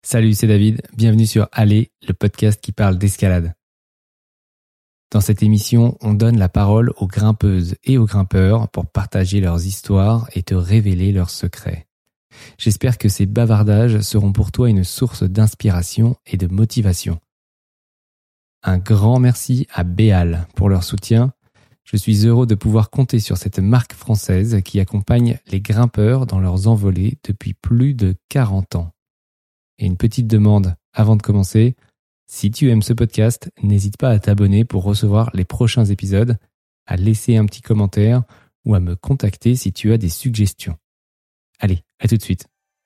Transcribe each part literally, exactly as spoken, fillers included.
Salut, c'est David. Bienvenue sur Aller, le podcast qui parle d'escalade. Dans cette émission, on donne la parole aux grimpeuses et aux grimpeurs pour partager leurs histoires et te révéler leurs secrets. J'espère que ces bavardages seront pour toi une source d'inspiration et de motivation. Un grand merci à Béal pour leur soutien. Je suis heureux de pouvoir compter sur cette marque française qui accompagne les grimpeurs dans leurs envolées depuis plus de quarante ans. Et une petite demande avant de commencer, si tu aimes ce podcast, n'hésite pas à t'abonner pour recevoir les prochains épisodes, à laisser un petit commentaire ou à me contacter si tu as des suggestions. Allez, à tout de suite.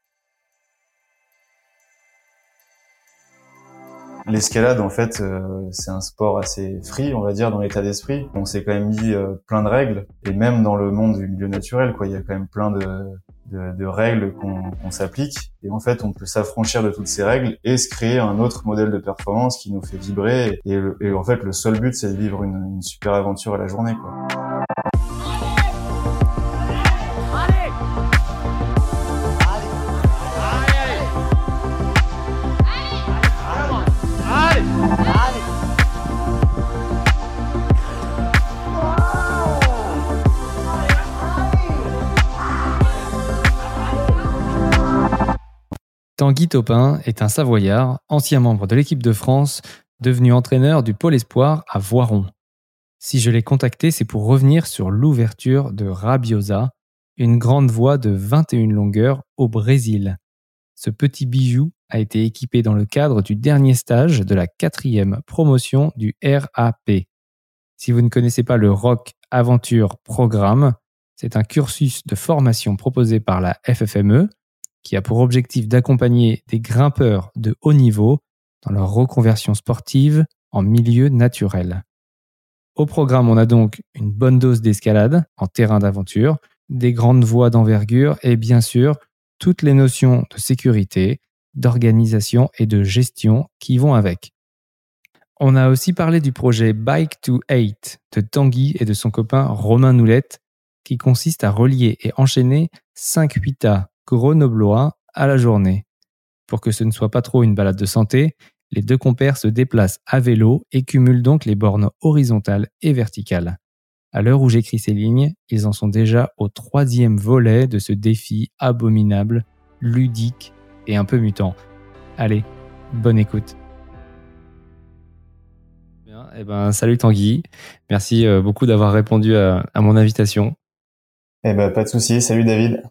L'escalade, en fait, euh, c'est un sport assez free, on va dire, dans l'état d'esprit. On s'est quand même mis euh, plein de règles, et même dans le monde du milieu naturel, quoi, il y a quand même plein de, de, de règles qu'on, qu'on s'applique. Et en fait, on peut s'affranchir de toutes ces règles et se créer un autre modèle de performance qui nous fait vibrer. Et, et en fait, le seul but, c'est de vivre une, une super aventure à la journée, quoi. Tanguy Topin est un Savoyard, ancien membre de l'équipe de France, devenu entraîneur du Pôle Espoir à Voiron. Si je l'ai contacté, c'est pour revenir sur l'ouverture de Rabiosa, une grande voie de vingt et une longueurs au Brésil. Ce petit bijou a été équipé dans le cadre du dernier stage de la quatrième promotion du R A P. Si vous ne connaissez pas le Rock Aventure Programme, c'est un cursus de formation proposé par la F F M E, qui a pour objectif d'accompagner des grimpeurs de haut niveau dans leur reconversion sportive en milieu naturel. Au programme, on a donc une bonne dose d'escalade en terrain d'aventure, des grandes voies d'envergure et bien sûr, toutes les notions de sécurité, d'organisation et de gestion qui vont avec. On a aussi parlé du projet Bike to Eight de Tanguy et de son copain Romain Noulette, qui consiste à relier et enchaîner cinq huit A grenoblois à la journée. Pour que ce ne soit pas trop une balade de santé, les deux compères se déplacent à vélo et cumulent donc les bornes horizontales et verticales. À l'heure où j'écris ces lignes, ils en sont déjà au troisième volet de ce défi abominable, ludique et un peu mutant. Allez, bonne écoute. Bien, eh ben, salut Tanguy, merci beaucoup d'avoir répondu à, à mon invitation. Eh ben, pas de souci. Salut David.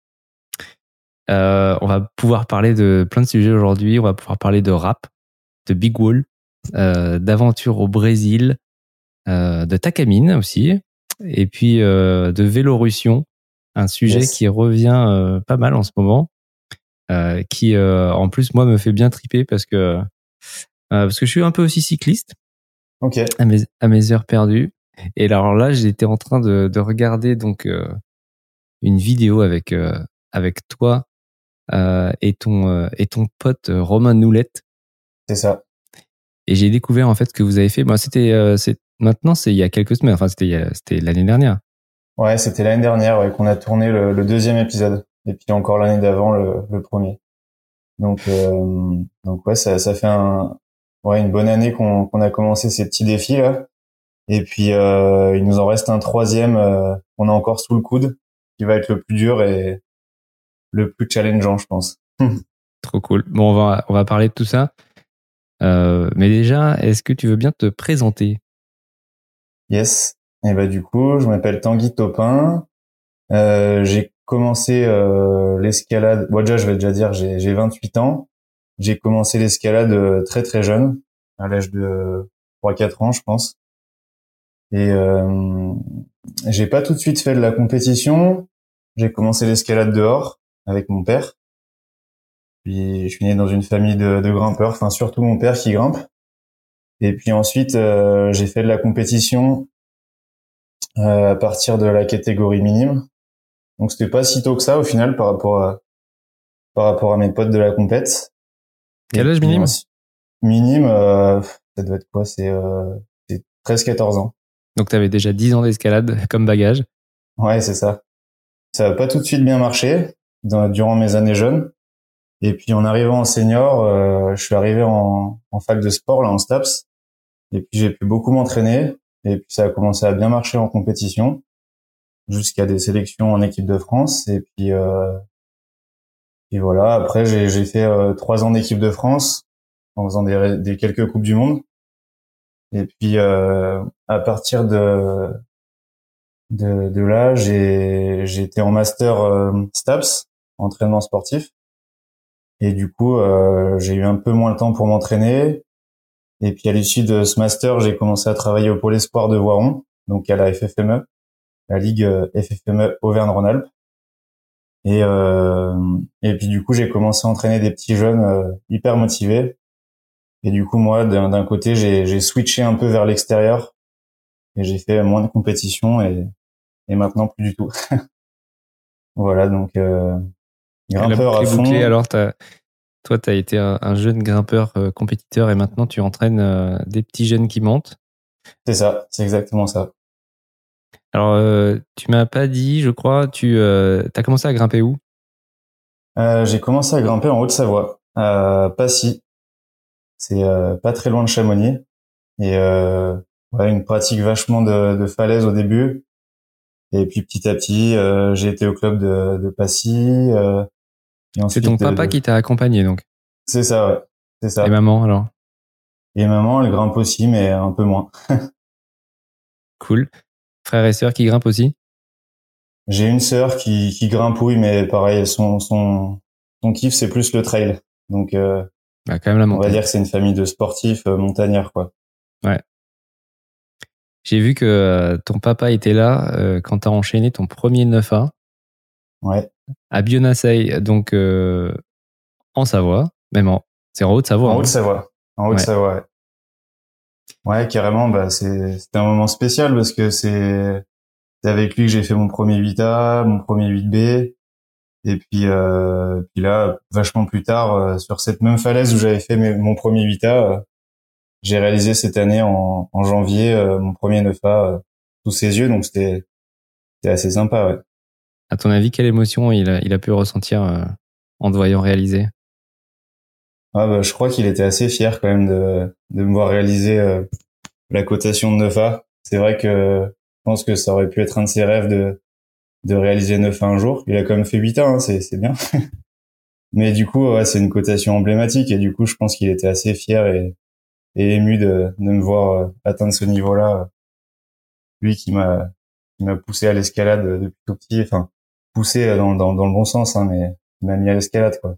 Euh, on va pouvoir parler de plein de sujets aujourd'hui. On va pouvoir parler de rap, de Big Wall, euh, d'aventure au Brésil, euh, de Takamine aussi, et puis euh, de Vélorussion, un sujet yes. qui revient euh, pas mal en ce moment, euh, qui euh, en plus moi me fait bien triper parce que euh, parce que je suis un peu aussi cycliste. Ok. À mes à mes heures perdues. Et alors là, j'étais en train de de regarder donc euh, une vidéo avec euh, avec toi. Euh, et ton euh, et ton pote euh, Romain Noulette. C'est ça. Et j'ai découvert en fait que vous avez fait. Bon, c'était euh, c'est maintenant c'est il y a quelques semaines. Enfin, c'était il y a, c'était l'année dernière. Ouais, c'était l'année dernière ouais, qu'on a tourné le, le deuxième épisode. Et puis encore l'année d'avant le, le premier. Donc euh, donc ouais, ça ça fait un ouais une bonne année qu'on qu'on a commencé ces petits défis là. Et puis euh, il nous en reste un troisième. Euh, on a encore sous le coude, qui va être le plus dur et le plus challengeant, je pense. Trop cool. Bon, on va on va parler de tout ça. Euh, mais déjà, est-ce que tu veux bien te présenter? Yes. Et bah du coup, je m'appelle Tanguy Topin. Euh, j'ai commencé euh, l'escalade. Bon, déjà, je vais déjà dire, j'ai j'ai vingt-huit ans. J'ai commencé l'escalade très très jeune, à l'âge de trois quatre ans, je pense. Et euh, j'ai pas tout de suite fait de la compétition. J'ai commencé l'escalade dehors avec mon père. Puis je suis né dans une famille de, de grimpeurs, enfin surtout mon père qui grimpe. Et puis ensuite euh, j'ai fait de la compétition euh, à partir de la catégorie minime. Donc c'était pas si tôt que ça au final par rapport à par rapport à mes potes de la compète. Quel âge minime? Minime, euh, ça doit être quoi? C'est euh, c'est treize quatorze ans. Donc tu avais déjà dix ans d'escalade comme bagage. Ouais, c'est ça. Ça a pas tout de suite bien marché dans, durant mes années jeunes. Et puis en arrivant en senior, euh, je suis arrivé en, en fac de sport là en STAPS. Et puis j'ai pu beaucoup m'entraîner. Et puis ça a commencé à bien marcher en compétition jusqu'à des sélections en équipe de France. Et puis euh, et voilà. Après j'ai j'ai fait euh, trois ans d'équipe de France en faisant des, des quelques coupes du monde. Et puis euh, à partir de de, de là, j'ai j'ai été en master euh, STAPS, entraînement sportif. Et du coup, euh, j'ai eu un peu moins le temps pour m'entraîner. Et puis à l'issue de ce master, j'ai commencé à travailler au Pôle Espoir de Voiron, donc à la F F M E, la Ligue euh, F F M E Auvergne-Rhône-Alpes. Et euh, et puis du coup, j'ai commencé à entraîner des petits jeunes euh, hyper motivés. Et du coup, moi, d'un, d'un côté, j'ai j'ai switché un peu vers l'extérieur et j'ai fait moins de compétition et et maintenant plus du tout. Voilà, donc euh, La grimpeur boucle à est bouclée, fond. alors t'as, toi, tu as été un, un jeune grimpeur euh, compétiteur et maintenant tu entraînes euh, des petits jeunes qui montent. C'est ça, c'est exactement ça. Alors, euh, tu m'as pas dit, je crois, tu euh, as commencé à grimper où? Euh, j'ai commencé à grimper en Haute-Savoie, à Passy. C'est euh, pas très loin de Chamonix. Et euh, ouais, une pratique vachement de, de falaise au début. Et puis petit à petit, euh, j'ai été au club de, de Passy. Euh, et C'est ton ensuite, de, papa de... qui t'a accompagné, donc. c'est ça, ouais, c'est Et ça. maman, alors? Et maman, elle grimpe aussi, mais un peu moins. Cool. Frères et sœurs qui grimpent aussi? J'ai une sœur qui, qui grimpe, oui, mais pareil, son, son, son kiff, c'est plus le trail. Donc, euh, Bah, quand même la on va montagne. dire que c'est une famille de sportifs euh, montagnards, quoi. Ouais. J'ai vu que euh, ton papa était là euh, quand t'as enchaîné ton premier neuf A Ouais. à Bionassaï, donc euh, en Savoie, même en, c'est en Haute-Savoie, En hein. Haute-Savoie. En Ouais. Haute-Savoie, ouais. Ouais, carrément, bah, c'est, c'était un moment spécial parce que c'est, c'est avec lui que j'ai fait mon premier huit A, mon premier huit B. Et puis, euh, puis là, vachement plus tard, euh, sur cette même falaise où j'avais fait mes- mon premier huit A, euh, j'ai réalisé cette année en, en janvier euh, mon premier neuf A euh, sous ses yeux. Donc c'était, c'était assez sympa, ouais. À ton avis, quelle émotion il a, il a pu ressentir euh, en te voyant réaliser? Ah, bah, je crois qu'il était assez fier quand même de, de me voir réaliser euh, la cotation de neuf A. C'est vrai que je pense que ça aurait pu être un de ses rêves de de réaliser neuf A un jour. Il a quand même fait huit A, hein, c'est c'est bien. Mais du coup, ouais, c'est une cotation emblématique et du coup, je pense qu'il était assez fier et, et ému de, de me voir euh, atteindre ce niveau-là. Lui qui m'a qui m'a poussé à l'escalade depuis tout petit, enfin poussé dans dans dans le bon sens, hein, mais il m'a mis à l'escalade, quoi.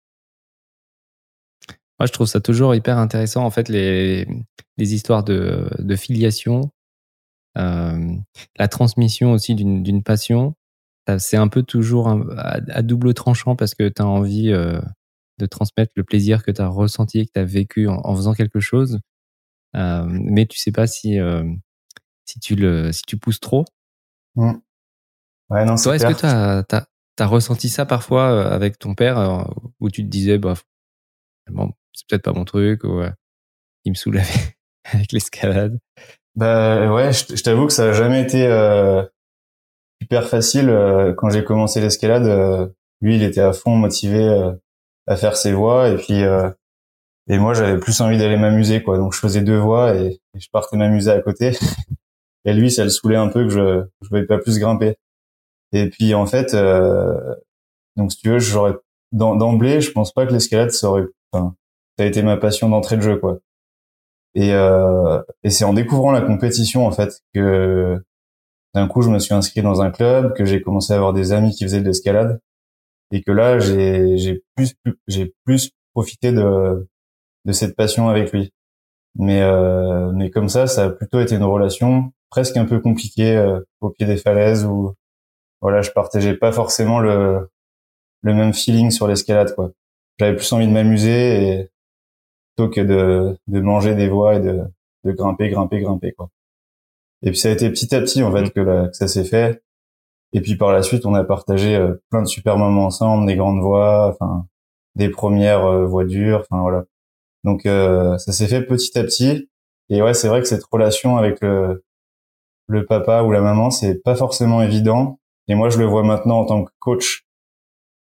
Moi, je trouve ça toujours hyper intéressant, en fait, les, les histoires de, de filiation, euh, la transmission aussi d'une, d'une passion. Ça, c'est un peu toujours un- à, à double tranchant parce que tu as envie euh, de transmettre le plaisir que tu as ressenti, que tu as vécu en, en faisant quelque chose. Euh, mais tu sais pas si, euh, si, tu le, si tu pousses trop. Mm. Ouais, non, c'est Toi, est-ce que clair. tu as ressenti ça parfois euh, avec ton père euh, où tu te disais, bah, bon, c'est peut-être pas mon truc, ou euh, il me saoule avec, avec l'escalade? Bah ouais, je, je t'avoue que ça a jamais été euh, super facile euh, quand j'ai commencé l'escalade. Euh, lui, il était à fond motivé euh, à faire ses voies et puis euh, et moi, j'avais plus envie d'aller m'amuser, quoi. Donc, je faisais deux voies et, et je partais m'amuser à côté. Et lui, ça le saoulait un peu que je je voulais pas plus grimper. Et puis, en fait, euh, donc si tu veux, j'aurais d'em- d'emblée, je pense pas que l'escalade ça aurait, enfin, ça a été ma passion d'entrée de jeu, quoi. Et euh, et c'est en découvrant la compétition, en fait, que d'un coup, je me suis inscrit dans un club, que j'ai commencé à avoir des amis qui faisaient de l'escalade, et que là, j'ai j'ai plus j'ai plus profité de de cette passion avec lui. Mais euh, mais comme ça, ça a plutôt été une relation presque un peu compliquée euh, au pied des falaises où voilà, je partageais pas forcément le le même feeling sur l'escalade, quoi. J'avais plus envie de m'amuser et plutôt que de de manger des voies et de de grimper, grimper, grimper, quoi. Et puis ça a été petit à petit en fait que, la, que ça s'est fait. Et puis par la suite, on a partagé euh, plein de super moments ensemble, des grandes voies, enfin des premières euh, voies dures, enfin voilà. Donc euh, ça s'est fait petit à petit. Et ouais, c'est vrai que cette relation avec le le papa ou la maman, c'est pas forcément évident. Et moi, je le vois maintenant en tant que coach.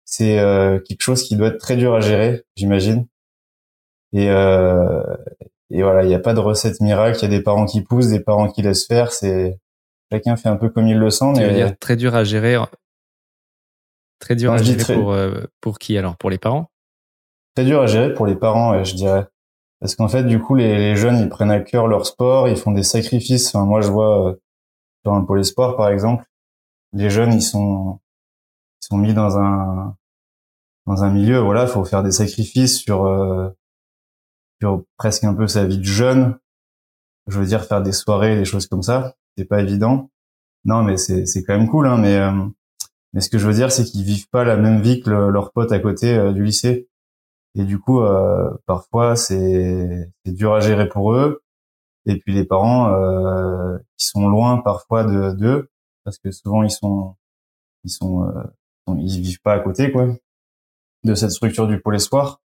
c'est euh, quelque chose qui doit être très dur à gérer, j'imagine. Et euh, et voilà, il n'y a pas de recette miracle. Il y a des parents qui poussent, des parents qui laissent faire. C'est chacun fait un peu comme il le sent, Tu veux mais dire très dur à gérer, très dur quand à je dis gérer très pour euh, pour qui alors? Pour les parents? très dur à gérer pour les parents, ouais, je dirais. Parce qu'en fait, du coup, les, les jeunes, ils prennent à cœur leur sport, ils font des sacrifices. Enfin, moi, je vois euh, dans un pôle espoir, par exemple, les jeunes, ils sont ils sont mis dans un dans un milieu, voilà, faut faire des sacrifices sur euh, sur presque un peu sa vie de jeune. Je veux dire, faire des soirées, des choses comme ça, c'est pas évident. Non, mais c'est c'est quand même cool, hein. Mais euh, mais ce que je veux dire, c'est qu'ils vivent pas la même vie que le- leurs potes à côté euh, du lycée. Et du coup, euh, parfois, c'est c'est dur à gérer pour eux. Et puis les parents, euh, qui sont loin parfois de d'eux, parce que souvent ils sont ils sont euh, ils vivent pas à côté, quoi, de cette structure du pôle espoir.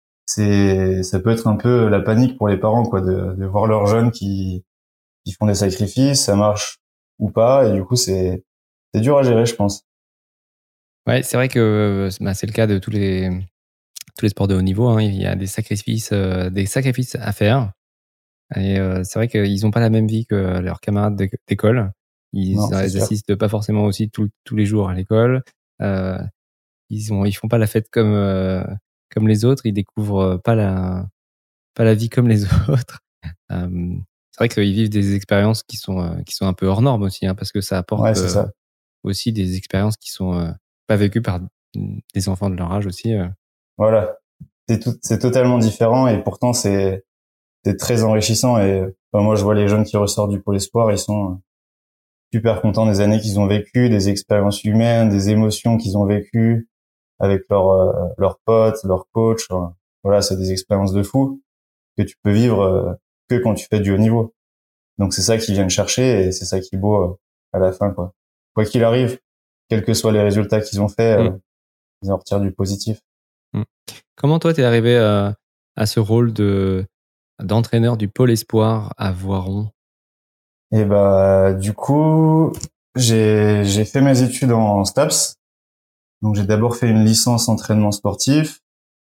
C'est ça peut être un peu la panique pour les parents, quoi, de de voir leurs jeunes qui qui font des sacrifices, ça marche ou pas, et du coup c'est c'est dur à gérer, je pense. Ouais, c'est vrai que euh, bah, c'est le cas de tous les tous les sports de haut niveau, hein. Il y a des sacrifices, euh, des sacrifices à faire. Et euh, c'est vrai qu'ils n'ont pas la même vie que leurs camarades d'é- d'école. Ils Non, c'est ils sûr. assistent pas forcément aussi tout- tous les jours à l'école. Euh, ils ont, ils font pas la fête comme euh, comme les autres. Ils découvrent pas la pas la vie comme les autres. Euh, c'est vrai qu'ils vivent des expériences qui sont euh, qui sont un peu hors normes aussi, hein, parce que ça Ouais, apporte c'est euh, ça. aussi des expériences qui sont euh, pas vécues par des enfants de leur âge aussi. euh. Voilà. C'est tout, c'est totalement différent, et pourtant c'est c'est très enrichissant. Et enfin, moi, je vois les jeunes qui ressortent du pôle espoir, ils sont super contents des années qu'ils ont vécues, des expériences humaines, des émotions qu'ils ont vécues avec leurs euh, leurs potes, leurs coachs. Enfin, voilà, c'est des expériences de fou que tu peux vivre euh, que quand tu fais du haut niveau. Donc c'est ça qu'ils viennent chercher, et c'est ça qui est beau euh, à la fin, quoi. Quoi qu'il arrive, quels que soient les résultats qu'ils ont faits, Mm, euh, ils en retirent du positif. mm. Comment toi t'es arrivé à, à ce rôle de d'entraîneur du pôle espoir à Voiron? Et bah du coup, j'ai j'ai fait mes études en STAPS. Donc j'ai d'abord fait une licence entraînement sportif,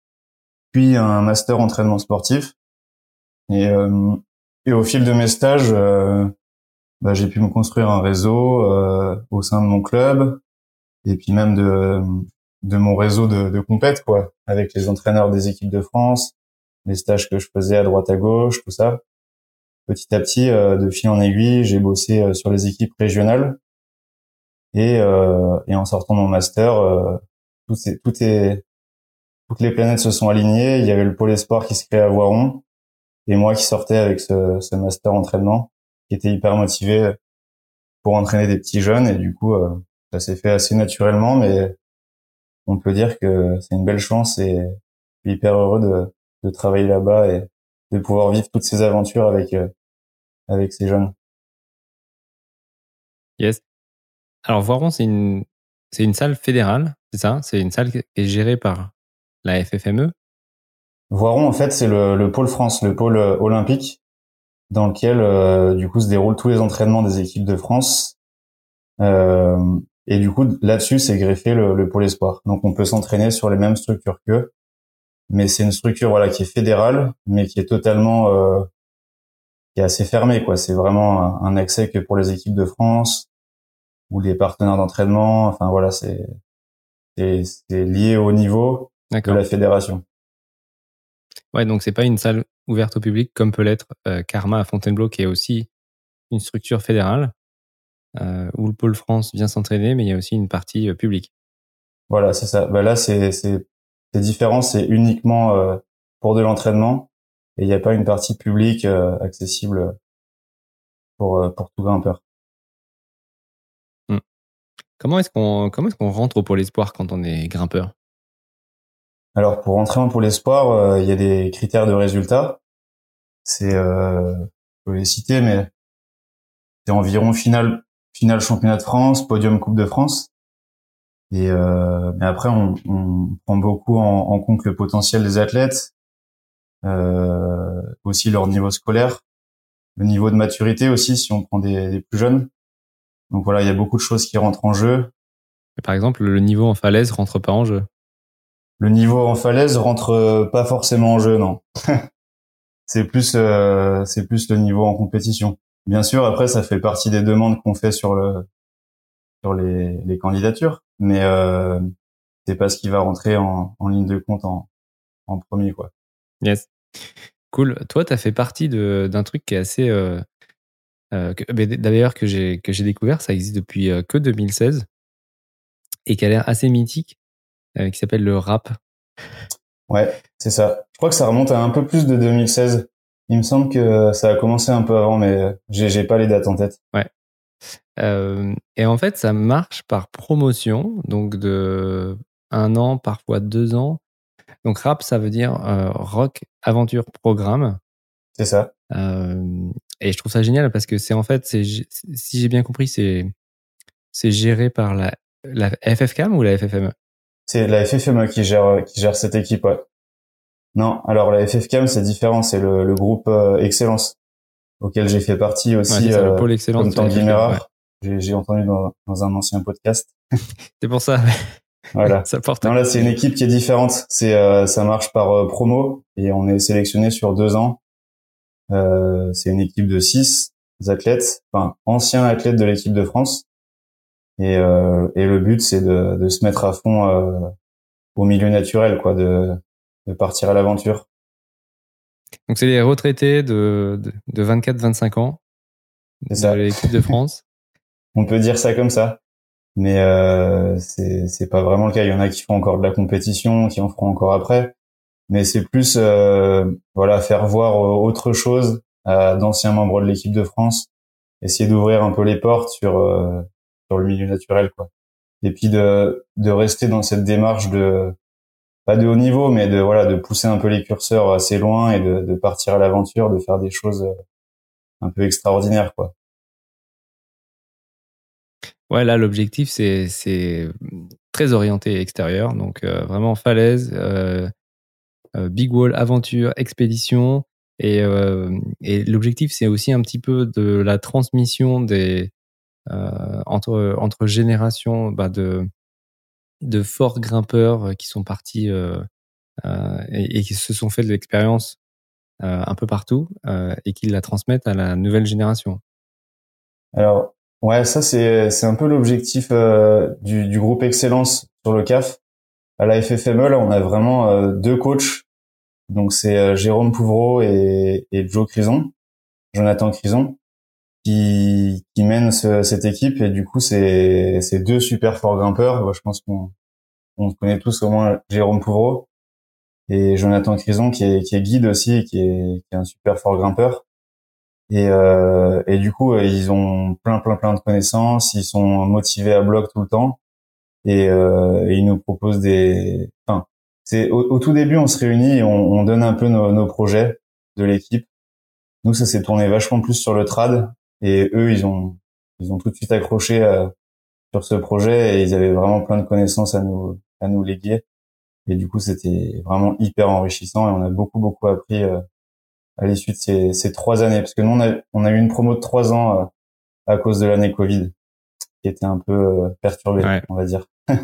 puis un master entraînement sportif. Et euh, et au fil de mes stages, euh, bah, j'ai pu me construire un réseau euh, au sein de mon club, et puis même de de mon réseau de, de compètes, quoi, avec les entraîneurs des équipes de France, les stages que je faisais à droite à gauche, tout ça. Petit à petit, euh, de fil en aiguille, j'ai bossé euh, sur les équipes régionales, et euh, et en sortant de mon master, euh, tout est tout est toutes les planètes se sont alignées. Il y avait le pôle espoir qui se créait à Voiron, et moi qui sortais avec ce, ce master entraînement, qui était hyper motivé pour entraîner des petits jeunes. Et du coup, euh, ça s'est fait assez naturellement, mais on peut dire que c'est une belle chance, et je suis hyper heureux de, de travailler là-bas et de pouvoir vivre toutes ces aventures avec euh, avec ces jeunes. Yes. Alors Voiron, c'est une c'est une salle fédérale, c'est ça? C'est une salle qui est gérée par la F F M E? Voiron, en fait, c'est le, le pôle France, le pôle euh, olympique, dans lequel euh, du coup se déroulent tous les entraînements des équipes de France. Euh, et du coup, là-dessus, c'est greffé le, le pôle espoir. Donc, on peut s'entraîner sur les mêmes structures qu'eux, mais c'est une structure, voilà, qui est fédérale, mais qui est totalement, euh, qui est assez fermée, quoi. C'est vraiment un, un accès que pour les équipes de France ou les partenaires d'entraînement. Enfin, voilà, c'est c'est c'est lié au niveau de D'accord. la fédération. Ouais, donc c'est pas une salle ouverte au public comme peut l'être euh, Karma à Fontainebleau, qui est aussi une structure fédérale euh, où le pôle France vient s'entraîner, mais il y a aussi une partie euh, publique. Voilà, c'est ça. Bah là, c'est c'est c'est différent. C'est uniquement euh, pour de l'entraînement, et il n'y a pas une partie publique euh, accessible pour euh, pour tout grimpeur. Hmm. Comment est-ce qu'on comment est-ce qu'on rentre au pôle espoir quand on est grimpeur? Alors, pour entrer en pôle espoir, euh, il y a des critères de résultat. C'est, euh, je peux les citer, mais c'est environ finale, finale championnat de France, podium Coupe de France. Et euh, mais après, on, on prend beaucoup en, en compte le potentiel des athlètes, euh, aussi leur niveau scolaire, le niveau de maturité aussi, si on prend des, des plus jeunes. Donc voilà, il y a beaucoup de choses qui rentrent en jeu. Par exemple, le niveau en falaise rentre pas en jeu. le niveau en falaise rentre euh, pas forcément en jeu, non. C'est plus euh, c'est plus le niveau en compétition. Bien sûr, après ça fait partie des demandes qu'on fait sur le sur les les candidatures, mais euh, c'est pas ce qui va rentrer en en ligne de compte en en premier, quoi. Yes. Cool. Toi, tu as fait partie de d'un truc qui est assez euh, euh, que, bah, d'ailleurs que j'ai que j'ai découvert, ça existe depuis euh, que deux mille seize et qui a l'air assez mythique, euh, qui s'appelle le rap. Ouais, c'est ça. Je crois que ça remonte à un peu plus de deux mille seize. Il me semble que ça a commencé un peu avant, mais j'ai j'ai pas les dates en tête. Ouais. Euh, et en fait, ça marche par promotion, donc de un an, parfois deux ans. Donc rap, ça veut dire euh, rock aventure programme. C'est ça. Euh, et je trouve ça génial parce que c'est en fait, c'est, si j'ai bien compris, c'est c'est géré par la la F F C A M ou la F F M E? C'est la F F M E qui gère qui gère cette équipe, ouais. Non, alors la F F C A M c'est différent, c'est le, le groupe euh, Excellence auquel j'ai fait partie Ouais, aussi, c'est ça, le euh, pôle excellence comme de la Tanguy F F C A M, Mérard. ouais. J'ai j'ai entendu dans dans un ancien podcast. C'est pour ça. Voilà. Ça porte. Non, là c'est une équipe qui est différente. C'est euh, ça marche par euh, promo et on est sélectionné sur deux ans. Euh, c'est une équipe de six athlètes, enfin anciens athlètes de l'équipe de France. Et, euh, et le but, c'est de, de se mettre à fond euh, au milieu naturel, quoi, de, de partir à l'aventure. Donc c'est les retraités de, de, de vingt-quatre vingt-cinq ans C'est de ça. l'équipe de France. On peut dire ça comme ça, mais euh, c'est c'est pas vraiment le cas. Il y en a qui font encore de la compétition, qui en feront encore après, mais c'est plus euh, voilà, faire voir autre chose à d'anciens membres de l'équipe de France, essayer d'ouvrir un peu les portes sur euh, sur le milieu naturel, quoi. Et puis de de rester dans cette démarche de pas de haut niveau, mais de voilà, de pousser un peu les curseurs assez loin et de, de partir à l'aventure, de faire des choses un peu extraordinaires, quoi. Ouais, là l'objectif c'est c'est très orienté extérieur, donc euh, vraiment falaise, euh, euh, big wall, aventure, expédition, et euh, et l'objectif c'est aussi un petit peu de la transmission des euh, entre entre générations, bah, de de forts grimpeurs qui sont partis euh, euh, et, et qui se sont fait de l'expérience euh, un peu partout euh, et qui la transmettent à la nouvelle génération. Alors, ouais, ça c'est c'est un peu l'objectif euh, du, du groupe Excellence sur le C A F. À la F F M E, là, on a vraiment euh, deux coachs. Donc c'est euh, Jérôme Pouvreau et, et Joe Crison, Jonathan Crison, qui qui mènent ce, cette équipe. Et du coup, c'est c'est deux super forts grimpeurs. Moi, je pense qu'on on connaît tous au moins Jérôme Pouvreau et Jonathan Crison qui est qui est guide aussi et qui est qui est un super fort grimpeur. Et, euh, et du coup, ils ont plein, plein, plein de connaissances. Ils sont motivés à bloc tout le temps. Et, euh, et ils nous proposent des... Enfin, c'est au, au tout début, on se réunit et on, on donne un peu nos, nos projets de l'équipe. Nous, ça s'est tourné vachement plus sur le trad. Et eux, ils ont, ils ont tout de suite accroché à, sur ce projet et ils avaient vraiment plein de connaissances à nous, à nous léguer. Et du coup, c'était vraiment hyper enrichissant et on a beaucoup, beaucoup appris euh, à l'issue de ces, ces trois années, parce que nous on a, on a eu une promo de trois ans euh, à cause de l'année Covid, qui était un peu euh, perturbée, ouais. On va dire.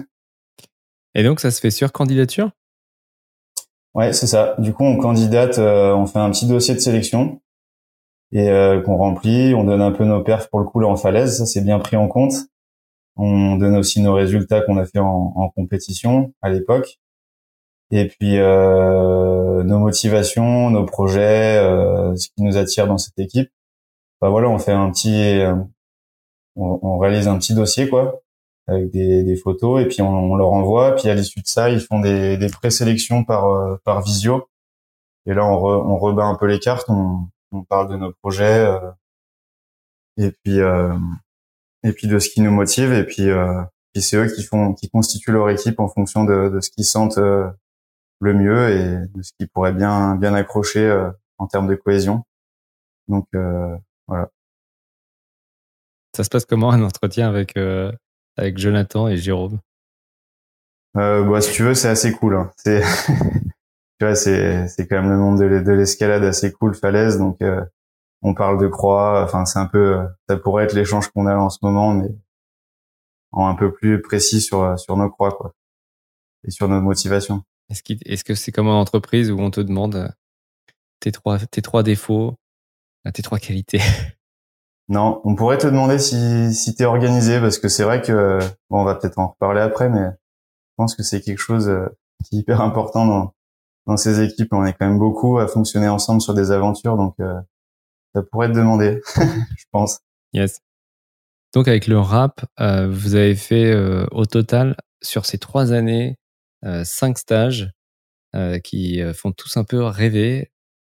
Et donc ça se fait sur candidature? Ouais, c'est ça. Du coup, on candidate, euh, on fait un petit dossier de sélection et euh, qu'on remplit. On donne un peu nos perfs pour le coup là en falaise, ça c'est bien pris en compte. On donne aussi nos résultats qu'on a fait en, en compétition à l'époque. Et puis euh, nos motivations, nos projets, euh, ce qui nous attire dans cette équipe. Bah voilà, on fait un petit, euh, on, on réalise un petit dossier quoi, avec des, des photos et puis on, on leur envoie. Puis à l'issue de ça, ils font des, des présélections par euh, par visio. Et là, on, re, on rebat un peu les cartes, on, on parle de nos projets euh, et puis euh, et puis de ce qui nous motive. Et puis, euh, puis c'est eux qui font, qui constituent leur équipe en fonction de, de ce qu'ils sentent euh, le mieux et de ce qui pourrait bien bien accrocher euh, en termes de cohésion. Donc euh, voilà. Ça se passe comment un entretien avec euh, avec Jonathan et Jérôme? Euh, bah, si tu veux, c'est assez cool. Hein. C'est, tu vois, c'est c'est quand même le monde de, de l'escalade assez cool, falaise. Donc euh, on parle de croix. Enfin, c'est un peu, ça pourrait être l'échange qu'on a en ce moment, mais en un peu plus précis sur sur nos croix, quoi, et sur nos motivations. Est-ce, qu'il, est-ce que c'est comme en entreprise où on te demande tes trois, tes trois défauts, tes trois qualités? Non, on pourrait te demander si, si t'es organisé, parce que c'est vrai que, bon, on va peut-être en reparler après, mais je pense que c'est quelque chose qui est hyper important dans, dans ces équipes. On est quand même beaucoup à fonctionner ensemble sur des aventures, donc euh, ça pourrait te demander, je pense. Yes. Donc avec le rap, euh, vous avez fait euh, au total, sur ces trois années, euh, cinq stages euh, qui font tous un peu rêver.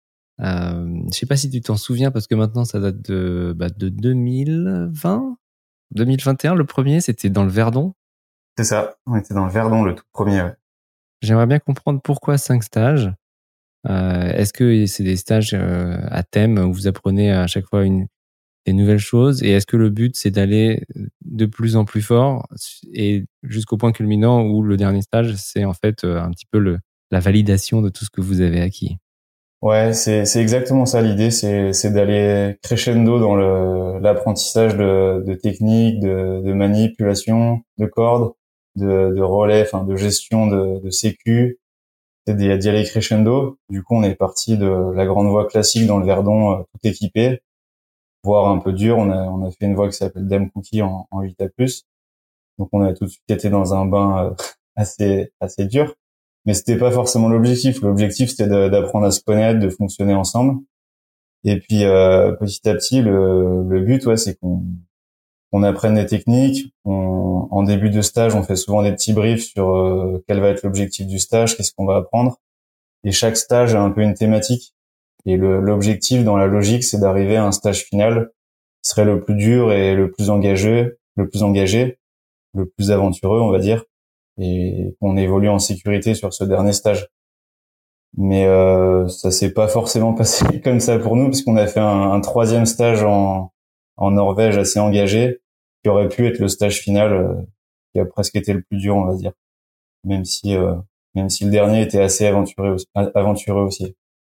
Euh, je sais pas si tu t'en souviens, parce que maintenant ça date de, bah, de deux mille vingt, deux mille vingt et un. Le premier, c'était dans le Verdon. C'est ça, on était dans le Verdon, le tout premier. Ouais. J'aimerais bien comprendre pourquoi cinq stages. Euh, est-ce que c'est des stages euh, à thème où vous apprenez à chaque fois une, des nouvelles choses, et est-ce que le but c'est d'aller de plus en plus fort et jusqu'au point culminant où le dernier stage c'est en fait euh, un petit peu le, la validation de tout ce que vous avez acquis? Ouais, c'est c'est exactement ça l'idée, c'est c'est d'aller crescendo dans le l'apprentissage de de techniques, de de manipulation, de cordes, de de relais, enfin de gestion de de sécu, c'est d'y d'y aller crescendo. Du coup, on est parti de la grande voie classique dans le Verdon, euh, tout équipé, voire un peu dur. On a on a fait une voie qui s'appelle Dame Cookie en en huit A plus. Donc on a tout de suite été dans un bain euh, assez assez dur. Mais c'était pas forcément l'objectif. L'objectif, c'était de, d'apprendre à se connaître, de fonctionner ensemble. Et puis, euh, petit à petit, le, le but, ouais, c'est qu'on, qu'on apprenne des techniques. On, en début de stage, on fait souvent des petits briefs sur euh, quel va être l'objectif du stage, qu'est-ce qu'on va apprendre. Et chaque stage a un peu une thématique. Et le, l'objectif, dans la logique, c'est d'arriver à un stage final qui serait le plus dur et le plus engagé, le plus engagé, le plus aventureux, on va dire, et qu'on évolue en sécurité sur ce dernier stage. Mais euh, ça s'est pas forcément passé comme ça pour nous, parce qu'on a fait un, un troisième stage en, en Norvège assez engagé, qui aurait pu être le stage final, euh, qui a presque été le plus dur, on va dire, même si euh, même si le dernier était assez aventureux aussi, aventureux aussi.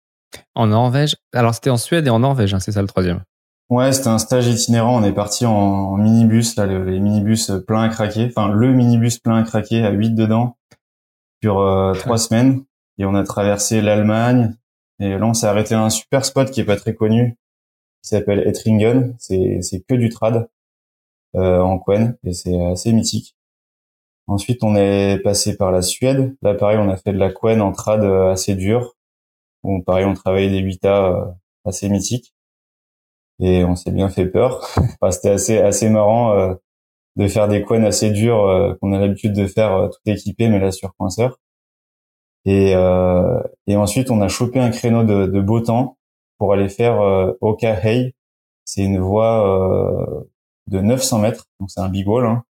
En Norvège, alors c'était en Suède et en Norvège, hein, c'est ça le troisième? Ouais, c'était un stage itinérant. On est parti en, en minibus, là, le, les minibus pleins à craquer, enfin le minibus plein à craquer à huit dedans, sur euh, trois semaines, et on a traversé l'Allemagne. Et là, on s'est arrêté à un super spot qui est pas très connu, qui s'appelle Ettringen. C'est c'est que du trad euh, en Quen, et c'est assez mythique. Ensuite, on est passé par la Suède. Là, pareil, on a fait de la Quen en trad euh, assez dur. Bon, pareil, on travaillait des huit A euh, assez mythiques, et on s'est bien fait peur. Enfin, c'était assez assez marrant euh, de faire des Quen assez durs euh, qu'on a l'habitude de faire euh, tout équipé, mais là sur coinceur. Et, euh, et ensuite, on a chopé un créneau de, de beau temps pour aller faire euh, Oka Hey. C'est une voie euh, de neuf cents mètres, donc c'est un big wall, hein,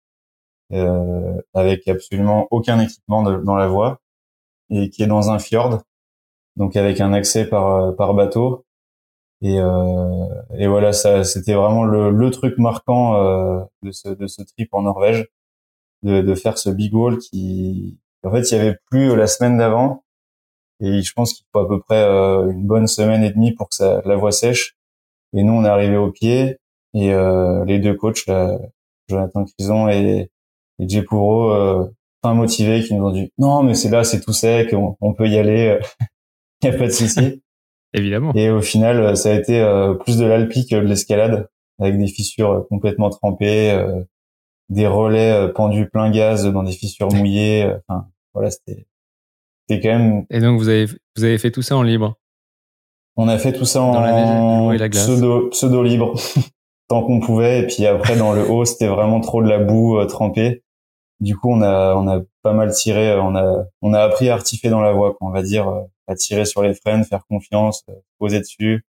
euh, avec absolument aucun équipement de, dans la voie, et qui est dans un fjord, donc avec un accès par par bateau. Et, euh, et voilà, ça, c'était vraiment le, le truc marquant euh, de ce de ce trip en Norvège, de, de faire ce big wall qui, en fait, il y avait plu la semaine d'avant. Et je pense qu'il faut à peu près euh, une bonne semaine et demie pour que ça, la voie sèche. Et nous, on est arrivé au pied, et euh, les deux coachs, là, Jonathan Crison et, et Jay Pourreau, euh, fin motivés, qui nous ont dit non, mais c'est là, c'est tout sec, on, on peut y aller, il y a pas de souci. Évidemment. Et au final, ça a été euh, plus de l'alpi que de l'escalade, avec des fissures complètement trempées, euh, des relais euh, pendus plein gaz dans des fissures mouillées. Euh, enfin, voilà, c'était c'était quand même. Et donc vous avez vous avez fait tout ça en libre? On a fait tout ça Dans la neige, l'eau et en la glace. pseudo pseudo libre tant qu'on pouvait, et puis après dans le haut, c'était vraiment trop de la boue euh, trempée. Du coup, on a on a pas mal tiré, on a on a appris à artifer dans la voie, quoi, on va dire, euh, à tirer sur les freins, faire confiance, euh, poser dessus.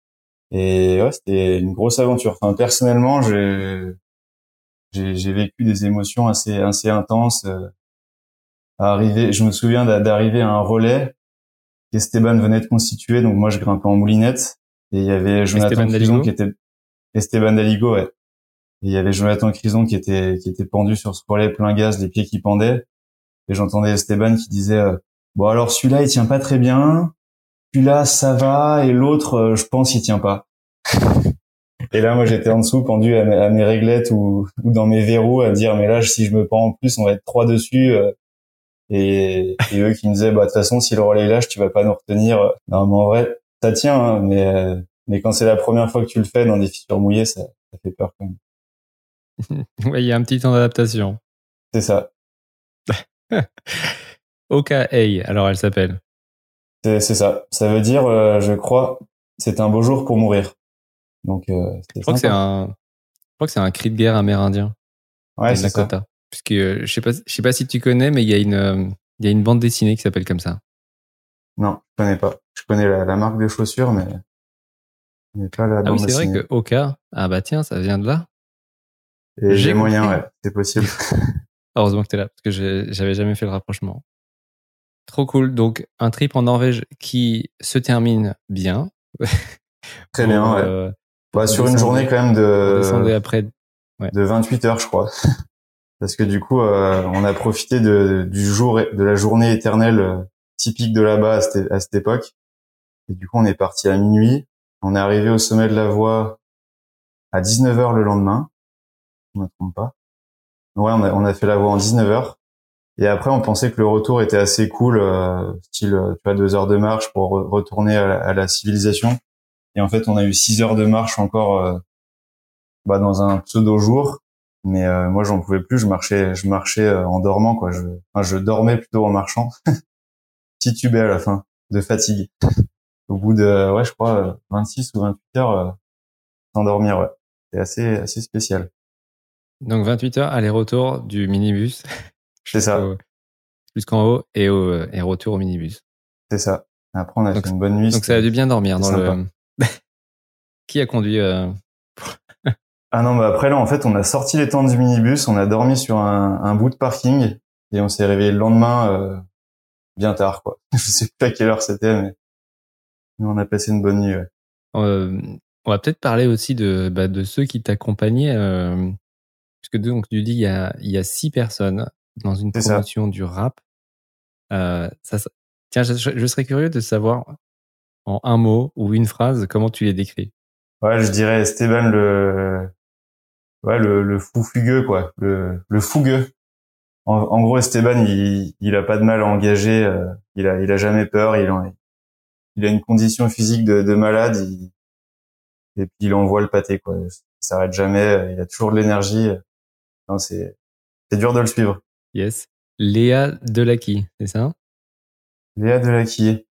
Et ouais, c'était une grosse aventure. Enfin, personnellement, j'ai j'ai j'ai vécu des émotions assez assez intenses euh, à arriver. Je me souviens d'a- d'arriver à un relais qu'Esteban venait de constituer, donc moi je grimpais en moulinette, et il y avait Jonathan Esteban Crison Daligo? qui était Esteban Daligo, ouais. Et il y avait Jonathan Crison qui était qui était pendu sur ce relais plein gaz, les pieds qui pendaient, et j'entendais Esteban qui disait euh, bon alors celui-là il tient pas très bien, celui-là ça va, et l'autre euh, je pense il tient pas. Et là moi j'étais en dessous pendu à mes, à mes réglettes ou, ou dans mes verrous à me dire mais là si je me pends en plus on va être trois dessus. euh. Et, et eux qui me disaient, bah, de toute façon, si le relais lâche, tu vas pas nous retenir. Non, mais en vrai, ça tient, hein, mais, euh, mais quand c'est la première fois que tu le fais dans des fissures mouillées, ça, ça fait peur quand même. Ouais, il y a un petit temps d'adaptation. C'est ça. Oka Ei, alors elle s'appelle. C'est, c'est ça. Ça veut dire, euh, je crois, c'est un beau jour pour mourir. Donc, euh, je crois sympa. que c'est un, je crois que c'est un cri de guerre amérindien. Ouais, c'est Lakota. ça. Puisque je sais pas, je sais pas si tu connais, mais il y a une, il y a une bande dessinée qui s'appelle comme ça. Non, je connais pas. Je connais la, la marque de chaussures, mais, mais pas la ah bande oui, c'est dessinée. vrai que Oka, ah bah tiens, ça vient de là. Et j'ai moyen, ouais, c'est possible. Heureusement que t'es là, parce que j'ai, j'avais jamais fait le rapprochement. Trop cool. Donc, un trip en Norvège qui se termine bien. Très pour, bien, ouais. Euh, bah, sur une journée quand même de, après, ouais. de vingt-huit heures, je crois. Parce que du coup, euh, on a profité de, du jour, de la journée éternelle euh, typique de là-bas à cette, à cette époque. Et du coup, on est parti à minuit. On est arrivé au sommet de la voie à dix-neuf heures le lendemain. Je me trompe pas. Ouais, on a, on a fait la voie en dix-neuf heures. Et après, on pensait que le retour était assez cool, euh, style, tu vois, deux heures de marche pour re- retourner à la, à la civilisation. Et en fait, on a eu six heures de marche encore, euh, bah, dans un pseudo jour. Mais euh, moi, j'en pouvais plus. Je marchais, je marchais euh, en dormant, quoi. Je, enfin, je dormais plutôt en marchant. Titubé à la fin, de fatigue. Au bout de, ouais, je crois, vingt-six ou vingt-huit heures, euh, sans dormir, ouais. C'est assez, assez spécial. Donc vingt-huit heures, aller-retour du minibus. C'est ça. Jusqu'en haut et, au, et retour au minibus. C'est ça. Après, on a donc, fait une bonne nuit. Donc ça a dû bien dormir dans sympa. le... Qui a conduit euh... Ah non, bah après là, en fait, on a sorti les tentes du minibus, on a dormi sur un, un bout de parking et on s'est réveillé le lendemain euh, bien tard, quoi. Je sais plus à quelle heure c'était, mais, mais on a passé une bonne nuit. Ouais. Euh, on va peut-être parler aussi de, bah, de ceux qui t'accompagnaient, euh, puisque donc tu dis il y a il y a six personnes dans une C'est promotion ça. du rap. Euh, ça, ça... Tiens, je, je serais curieux de savoir en un mot ou une phrase comment tu les décris. Ouais, je dirais Esteban le, ouais, le, le fou fugueux, quoi, le, le fougueux. En, en gros, Esteban, il, il a pas de mal à engager, euh, il a, il a jamais peur, il, en, il a une condition physique de, de malade, il, et puis il envoie le pâté, quoi. Il s'arrête jamais, il a toujours de l'énergie. Non, c'est, c'est dur de le suivre. Yes. Léa Delaki, c'est ça? Léa Delaki.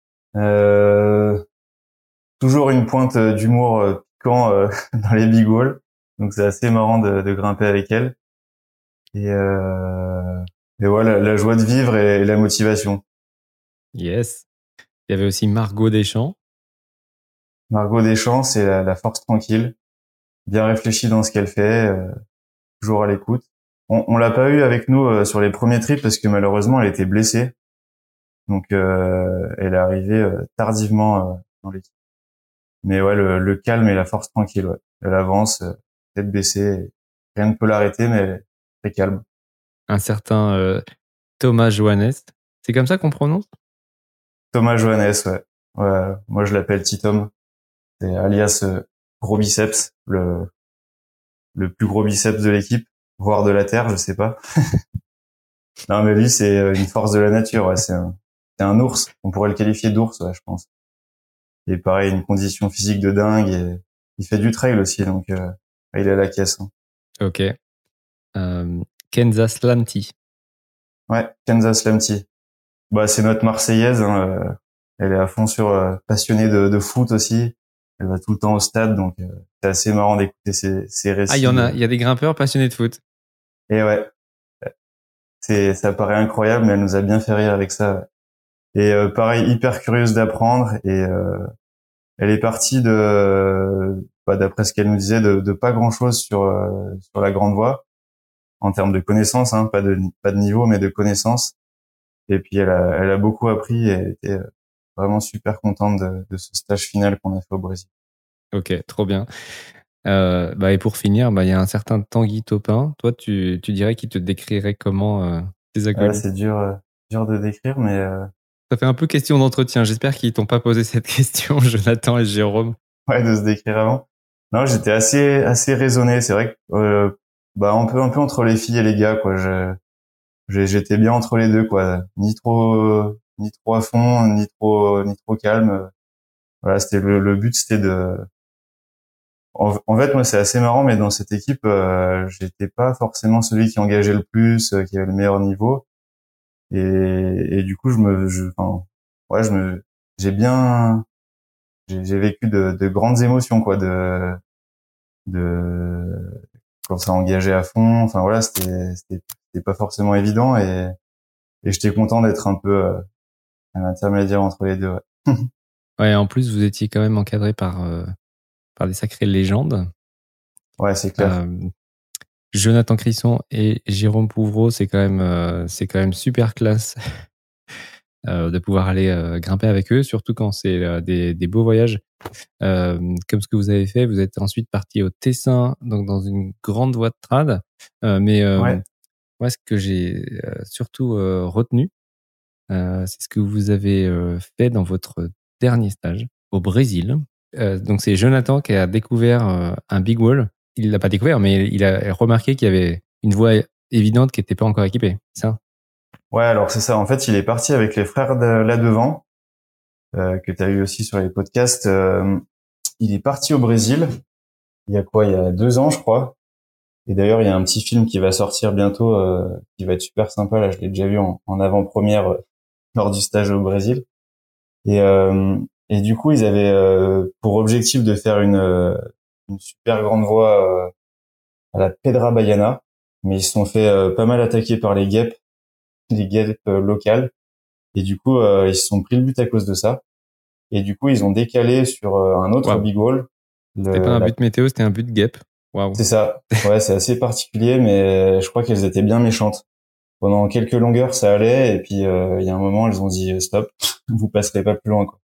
Euh, toujours une pointe d'humour euh, piquant euh, dans les big walls. Donc c'est assez marrant de, de grimper avec elle. Et, euh, et voilà, la joie de vivre et, et la motivation. Yes. Il y avait aussi Margot Deschamps. Margot Deschamps, c'est la, la force tranquille, bien réfléchie dans ce qu'elle fait, euh, toujours à l'écoute. On, on l'a pas eu avec nous euh, sur les premiers trips parce que malheureusement elle était blessée. Donc euh, elle est arrivée euh, tardivement euh, dans l'équipe. Mais ouais, le, le calme et la force tranquille, ouais. Elle avance, euh, tête baissée, rien ne peut l'arrêter, mais elle est très calme. Un certain euh, Thomas Johannes. C'est comme ça qu'on prononce? Thomas Johannes, ouais. Ouais, moi je l'appelle T-Tom. C'est alias euh, gros biceps, le le plus gros biceps de l'équipe, voire de la terre, je sais pas. Non, mais lui c'est une force de la nature, ouais. C'est un, c'est un ours. On pourrait le qualifier d'ours, ouais, je pense. Et pareil, une condition physique de dingue. Et il fait du trail aussi, donc euh, il est à la caisse. Hein. Ok. Euh, Kenza Slanty. Ouais, Kenza Slanty. Bah, c'est notre Marseillaise. Hein. Elle est à fond sur euh, passionnée de, de foot aussi. Elle va tout le temps au stade, donc euh, c'est assez marrant d'écouter ses, ses récits. Ah, il y en a. Il y a des grimpeurs passionnés de foot. Et ouais, c'est ça paraît incroyable, mais elle nous a bien fait rire avec ça. Et euh, pareil, hyper curieuse d'apprendre. Et euh, elle est partie de, bah, d'après ce qu'elle nous disait, de, de pas grand chose sur euh, sur la grande voie en termes de connaissances, hein, pas de pas de niveau, mais de connaissances. Et puis elle a elle a beaucoup appris et elle était vraiment super contente de, de ce stage final qu'on a fait au Brésil. Ok, trop bien. Euh, bah et pour finir, bah il y a un certain Tanguy Topin. Toi, tu tu dirais qu'il te décrirait comment euh, tes acolytes? Ah, c'est dur euh, dur de décrire, mais euh... ça fait un peu question d'entretien. J'espère qu'ils t'ont pas posé cette question, Jonathan et Jérôme. Ouais, de se décrire avant. Non, j'étais assez assez raisonné. C'est vrai que euh, bah un peu un peu entre les filles et les gars, quoi. Je j'ai- j'étais bien entre les deux, quoi. Ni trop, ni trop à fond, ni trop, ni trop calme. Voilà, c'était le, le but, c'était de. En, en fait, moi, c'est assez marrant, mais dans cette équipe, euh, j'étais pas forcément celui qui engageait le plus, euh, qui avait le meilleur niveau. Et, et du coup, je me, je, enfin, ouais, je me, j'ai bien, j'ai j'ai vécu de, de grandes émotions, quoi, de, de, quand ça engageait à fond. Enfin voilà, c'était, c'était, c'était pas forcément évident et, et j'étais content d'être un peu euh, un intermédiaire entre les deux. Ouais, Ouais, en plus, vous étiez quand même encadré par, euh, par des sacrées légendes. ouais, c'est clair. Euh, Jonathan Crisson et Jérôme Pouvreau, c'est quand même, euh, c'est quand même super classe euh, de pouvoir aller euh, grimper avec eux, surtout quand c'est euh, des, des beaux voyages euh, comme ce que vous avez fait. Vous êtes ensuite parti au Tessin, donc dans une grande voie de trad. Euh, mais euh, Ouais, moi, ce que j'ai euh, surtout euh, retenu, euh, c'est ce que vous avez euh, fait dans votre dernier stage au Brésil. Euh, donc c'est Jonathan qui a découvert euh, un big wall. Il l'a pas découvert, mais il a remarqué qu'il y avait une voie évidente qui n'était pas encore équipée. C'est ça? ouais. Alors c'est ça. En fait, il est parti avec les frères de, là devant euh, que tu as eu aussi sur les podcasts. Euh, il est parti au Brésil. Il y a quoi? Il y a deux ans, je crois. Et d'ailleurs, il y a un petit film qui va sortir bientôt, euh, qui va être super sympa. Là, je l'ai déjà vu en, en avant-première euh, lors du stage au Brésil. Et, euh, et du coup, ils avaient euh, pour objectif de faire une, euh, une super grande voie euh, à la Pedra Baiana, mais ils se sont fait euh, pas mal attaquer par les guêpes, les guêpes euh, locales. Et du coup, euh, ils se sont pris le but à cause de ça. Et du coup, ils ont décalé sur euh, un autre Waouh. big wall. C'était pas Le, un la... but météo, c'était un but guêpe. Waouh. C'est ça. Ouais, c'est assez particulier, mais je crois qu'elles étaient bien méchantes. Pendant quelques longueurs, ça allait, et puis euh, il y a un moment, elles ont dit euh, stop, vous passerez pas plus loin, quoi.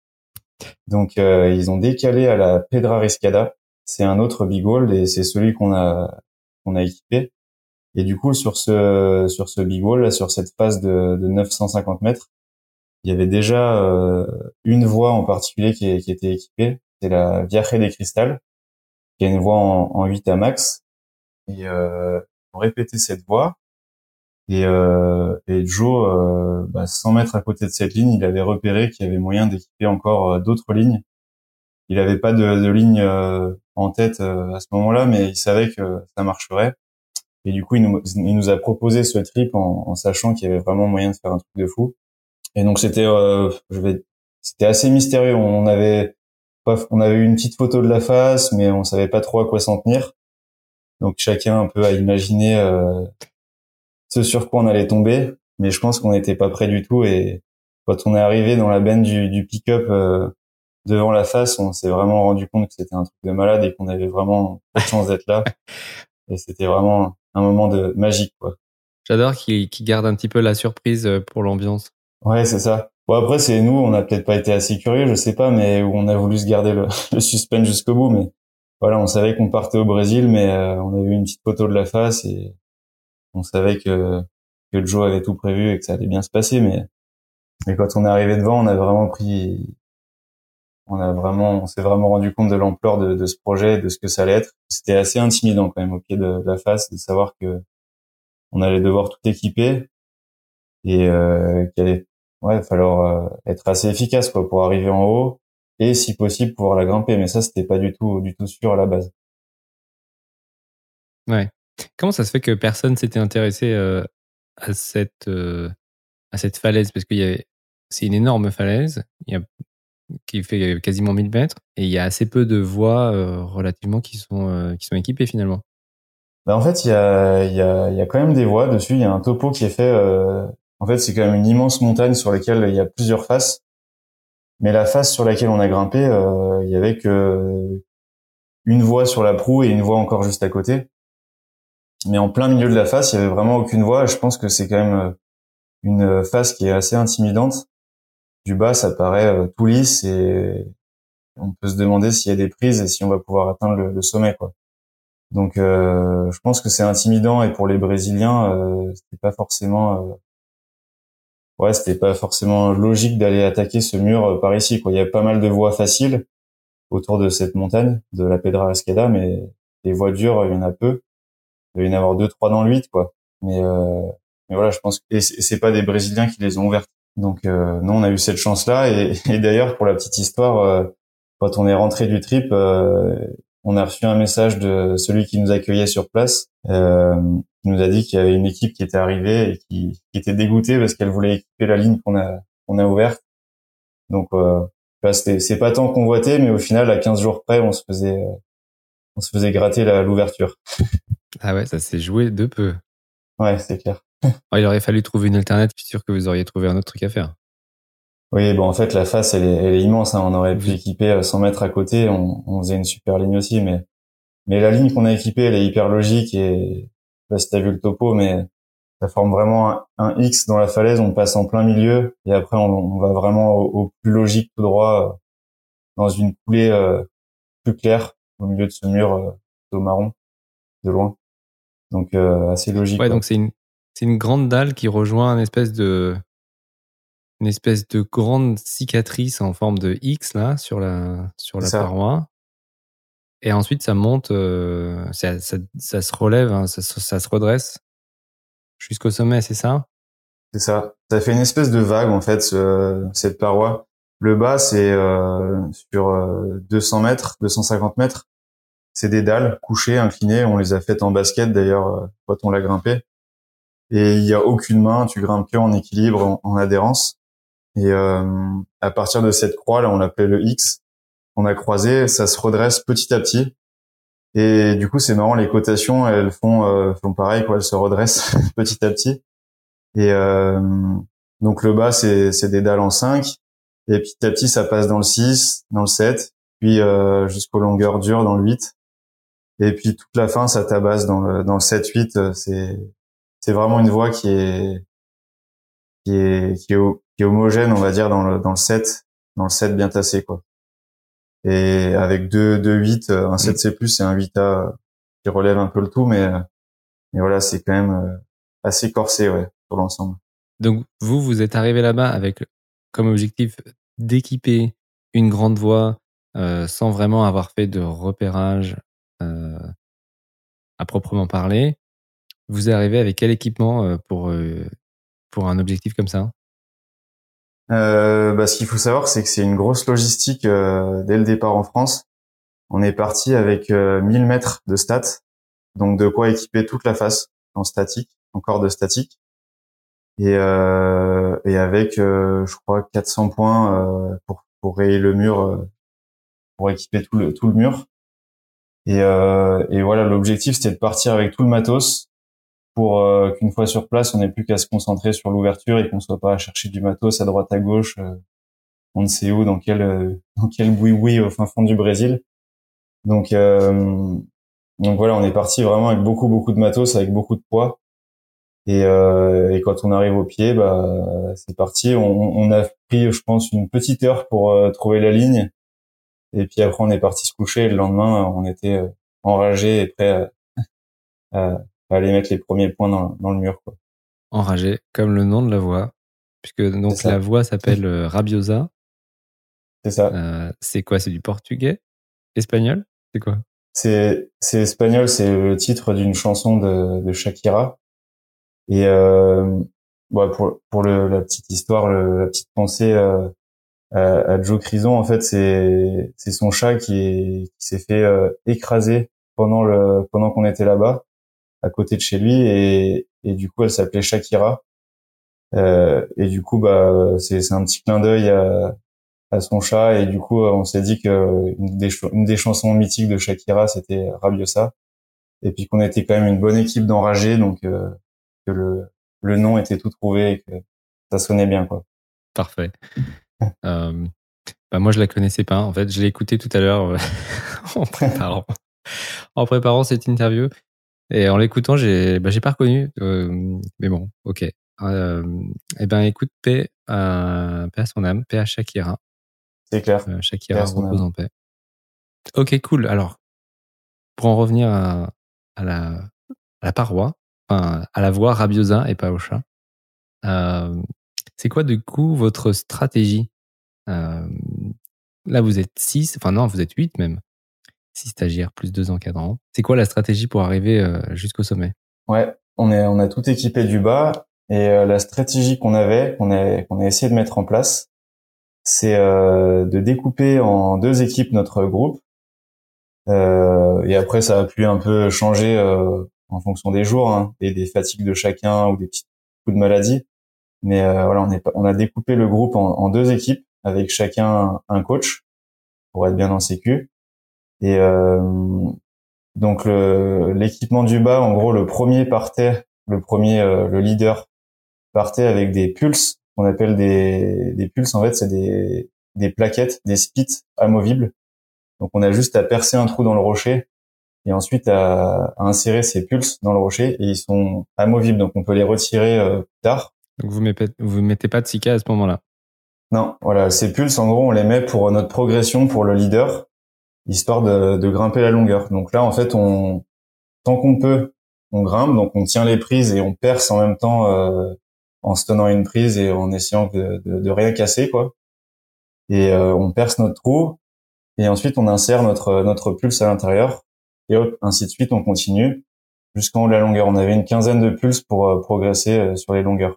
Donc euh, ils ont décalé à la Pedra Riscada. C'est un autre big wall et c'est celui qu'on a qu'on a équipé. Et du coup sur ce sur ce big wall là, sur cette phase de, de neuf cent cinquante mètres, il y avait déjà euh, une voie en particulier qui, qui était équipée. C'est la Viaje de Cristal, qui est une voie en, en huit à max. Et euh, on répétait cette voie. Et, euh, et Joe, euh, bah, cent mètres à côté de cette ligne, il avait repéré qu'il y avait moyen d'équiper encore euh, d'autres lignes. Il avait pas de, de ligne euh, en tête euh, à ce moment-là, mais il savait que ça marcherait. Et du coup, il nous, il nous a proposé ce trip en, en sachant qu'il y avait vraiment moyen de faire un truc de fou. Et donc c'était, euh, je vais, c'était assez mystérieux. On avait, on avait eu une petite photo de la face, mais on savait pas trop à quoi s'en tenir. Donc chacun un peu a imaginé euh, ce sur quoi on allait tomber, mais je pense qu'on n'était pas prêt du tout. Et quand on est arrivé dans la benne du, du pick-up euh, devant la face, on s'est vraiment rendu compte que c'était un truc de malade et qu'on avait vraiment pas de chance d'être là. Et c'était vraiment un moment de magique, quoi. J'adore qu'il qu'il garde un petit peu la surprise euh, pour l'ambiance. Ouais, c'est ça. Bon, après, c'est nous, on n'a peut-être pas été assez curieux, je sais pas, mais où on a voulu se garder le, le suspense jusqu'au bout. Mais voilà, on savait qu'on partait au Brésil, mais euh, on avait eu une petite photo de la face et on savait que que Joe avait tout prévu et que ça allait bien se passer. Mais mais quand on est arrivé devant, on a vraiment pris, on a vraiment, on s'est vraiment rendu compte de l'ampleur de, de ce projet, de ce que ça allait être. C'était assez intimidant quand même au pied de, de la face de savoir que on allait devoir tout équiper et euh, qu'il allait, ouais, il falloir euh, être assez efficace quoi pour arriver en haut et si possible pouvoir la grimper. Mais ça, c'était pas du tout, du tout sûr à la base. Ouais. Comment ça se fait que personne s'était intéressé euh, à cette euh, à cette falaise? Parce qu'il y avait, c'est une énorme falaise, il y a, qui fait quasiment mille mètres, et il y a assez peu de voies euh, relativement qui sont euh, qui sont équipées finalement. Bah en fait, il y a, il y a, il y a quand même des voies dessus. Il y a un topo qui est fait. Euh, en fait, c'est quand même une immense montagne sur laquelle il y a plusieurs faces. Mais la face sur laquelle on a grimpé, euh, il y avait que une voie sur la proue et une voie encore juste à côté. Mais en plein milieu de la face, il y avait vraiment aucune voie. Je pense que c'est quand même euh, une face qui est assez intimidante. Du bas, ça paraît euh, tout lisse et on peut se demander s'il y a des prises et si on va pouvoir atteindre le, le sommet, quoi. Donc, euh, je pense que c'est intimidant et pour les Brésiliens, euh, c'était pas forcément, euh, ouais, c'était pas forcément logique d'aller attaquer ce mur euh, par ici, quoi. Il y a pas mal de voies faciles autour de cette montagne, de la Pedra Escada, mais les voies dures, il y en a peu. Il va y en avoir deux, trois dans le huit, quoi. Mais, euh, mais voilà, je pense que et c'est, c'est pas des Brésiliens qui les ont ouvertes. Donc euh, nous, on a eu cette chance-là. Et, et d'ailleurs, pour la petite histoire, euh, quand on est rentré du trip, euh, on a reçu un message de celui qui nous accueillait sur place, euh, qui nous a dit qu'il y avait une équipe qui était arrivée et qui, qui était dégoûtée parce qu'elle voulait équiper la ligne qu'on a qu'on a ouverte. Donc euh, là, c'était, c'est pas tant convoité, mais au final, à quinze jours près, on se faisait euh, on se faisait gratter la, l'ouverture. Ah ouais, ça s'est joué de peu. Ouais, c'est clair. Oh, il aurait fallu trouver une alternative. Je suis sûr que vous auriez trouvé un autre truc à faire. Oui, bon, en fait, la face, elle est, elle est immense, hein. On aurait pu Vous- équiper cent mètres à côté. On, on faisait une super ligne aussi, mais, mais la ligne qu'on a équipée, elle est hyper logique et, je sais pas si t'as vu le topo, mais ça forme vraiment un, un X dans la falaise. On passe en plein milieu et après, on, on va vraiment au, au plus logique tout droit, euh, dans une coulée, euh, plus claire au milieu de ce mur, euh, plutôt marron, de loin. Donc, euh, assez logique, Ouais, quoi. donc c'est une, c'est une grande dalle qui rejoint une espèce de, une espèce de grande cicatrice en forme de X, là, sur la, sur C'est la ça. paroi. Et ensuite, ça monte, euh, ça, ça, ça se relève, hein, ça, se- ça se redresse jusqu'au sommet, c'est ça? C'est ça. Ça fait une espèce de vague, en fait, ce- cette paroi. Le bas, c'est euh, sur euh, deux cents mètres, deux cent cinquante mètres. C'est des dalles couchées, inclinées. On les a faites en basket, d'ailleurs, euh, quand on l'a grimpé. Et il y a aucune main. Tu grimpes que en équilibre, en, en adhérence. Et euh, à partir de cette croix, là, on l'appelait le X, on a croisé, ça se redresse petit à petit. Et du coup, c'est marrant, les cotations, elles font, euh, font pareil, quoi. Elles se redressent petit à petit. Et euh, donc le bas, c'est, c'est des dalles en cinq. Et petit à petit, ça passe dans le six, dans le sept, puis euh, jusqu'aux longueurs dures dans le huit. Et puis toute la fin, ça tabasse dans le, dans le sept huit. C'est, c'est vraiment une voie qui est, qui est, qui est, ho- qui est homogène, on va dire, dans le, dans le sept, dans le sept bien tassé, quoi. Et avec deux, deux huit, euh, un sept C plus et un huit A qui relève un peu le tout, mais, euh, mais voilà, c'est quand même euh, assez corsé, ouais, sur l'ensemble. Donc, vous, vous êtes arrivé là-bas avec comme objectif d'équiper une grande voie euh, sans vraiment avoir fait de repérage euh, à proprement parler. Vous arrivez avec quel équipement euh, pour, euh, pour un objectif comme ça? Euh, bah, ce qu'il faut savoir, c'est que c'est une grosse logistique euh, dès le départ en France. On est parti avec euh, mille mètres de stats, donc de quoi équiper toute la face en statique, en corde statique, et, euh, et avec, euh, je crois, quatre cents points euh, pour pour rayer le mur, euh, pour équiper tout le tout le mur. Et, euh, et voilà, l'objectif, c'était de partir avec tout le matos pour euh, qu'une fois sur place, on n'ait plus qu'à se concentrer sur l'ouverture et qu'on soit pas à chercher du matos à droite à gauche. Euh, on ne sait où, dans quel euh, dans quel boui-boui au fin fond du Brésil. Donc euh, donc voilà, on est parti vraiment avec beaucoup beaucoup de matos, avec beaucoup de poids. Et, euh, et quand on arrive au pied, bah c'est parti. On, on a pris, je pense, une petite heure pour euh, trouver la ligne. Et puis après, on est parti se coucher. Et le lendemain, on était euh, enragés et prêts à, à, à aller mettre les premiers points dans, dans le mur, quoi. Enragé, comme le nom de la voie, puisque C'est donc la ça, voie s'appelle euh, Rabiosa. c'est ça. Euh, c'est quoi? C'est du portugais? Espagnol? C'est quoi? C'est c'est espagnol. C'est le titre d'une chanson de, de Shakira. Et euh, bon, pour pour le, la petite histoire, le, la petite pensée. Euh, à, à Joe Crison, en fait, c'est c'est son chat qui est, qui s'est fait euh, écraser pendant le pendant qu'on était là-bas, à côté de chez lui, et et du coup, elle s'appelait Shakira. Euh, et du coup, bah c'est c'est un petit clin d'œil à à son chat, et du coup, on s'est dit que une des ch- une des chansons mythiques de Shakira, c'était Rabiosa, et puis qu'on était quand même une bonne équipe d'enragés, donc euh, que le le nom était tout trouvé et que ça sonnait bien, quoi. Parfait. Euh, bah moi, je la connaissais pas. En fait, je l'ai écoutée tout à l'heure euh, en préparant, en préparant cette interview. Et en l'écoutant, j'ai, bah, j'ai pas reconnu. Euh, mais bon, ok. Euh, eh ben, écoute, paix à, paix à son âme, paix à Shakira. C'est clair. Euh, Paix Shakira à son repose âme. en paix. Ok, cool. Alors, pour en revenir à, à la, à la paroi, enfin, à la voie Rabiosa et pas au chat. Euh, c'est quoi du coup votre stratégie? Euh, Là, vous êtes six, enfin non, vous êtes huit même. Six stagiaires plus deux encadrants. C'est quoi la stratégie pour arriver euh, jusqu'au sommet? Ouais, on est, on a tout équipé du bas. Et euh, la stratégie qu'on avait, qu'on a, qu'on a essayé de mettre en place, c'est euh, de découper en deux équipes notre groupe. Euh, et après, ça a pu un peu changer euh, en fonction des jours, hein, et des fatigues de chacun ou des petits coups de maladie. Mais euh, voilà, on, est, on a découpé le groupe en, en deux équipes avec chacun un coach pour être bien dans sécu. Et euh, donc le, l'équipement du bas, en gros, le premier partait, le premier, euh, le leader partait avec des pulses, qu'on appelle des, des pulses. En fait, c'est des, des plaquettes, des spits amovibles. Donc on a juste à percer un trou dans le rocher et ensuite à, à insérer ces pulses dans le rocher et ils sont amovibles. Donc on peut les retirer euh, plus tard. Donc vous mettez, vous mettez pas de Sika à ce moment-là. Non, voilà, ces pulses, en gros, on les met pour notre progression pour le leader, histoire de, de grimper la longueur. Donc là, en fait, on, tant qu'on peut, on grimpe, donc on tient les prises et on perce en même temps euh, en se tenant une prise et en essayant de, de, de rien casser, quoi. Et euh, on perce notre trou et ensuite on insère notre notre pulse à l'intérieur et hop, ainsi de suite, on continue jusqu'en haut de la longueur. On avait une quinzaine de pulses pour euh, progresser euh, sur les longueurs.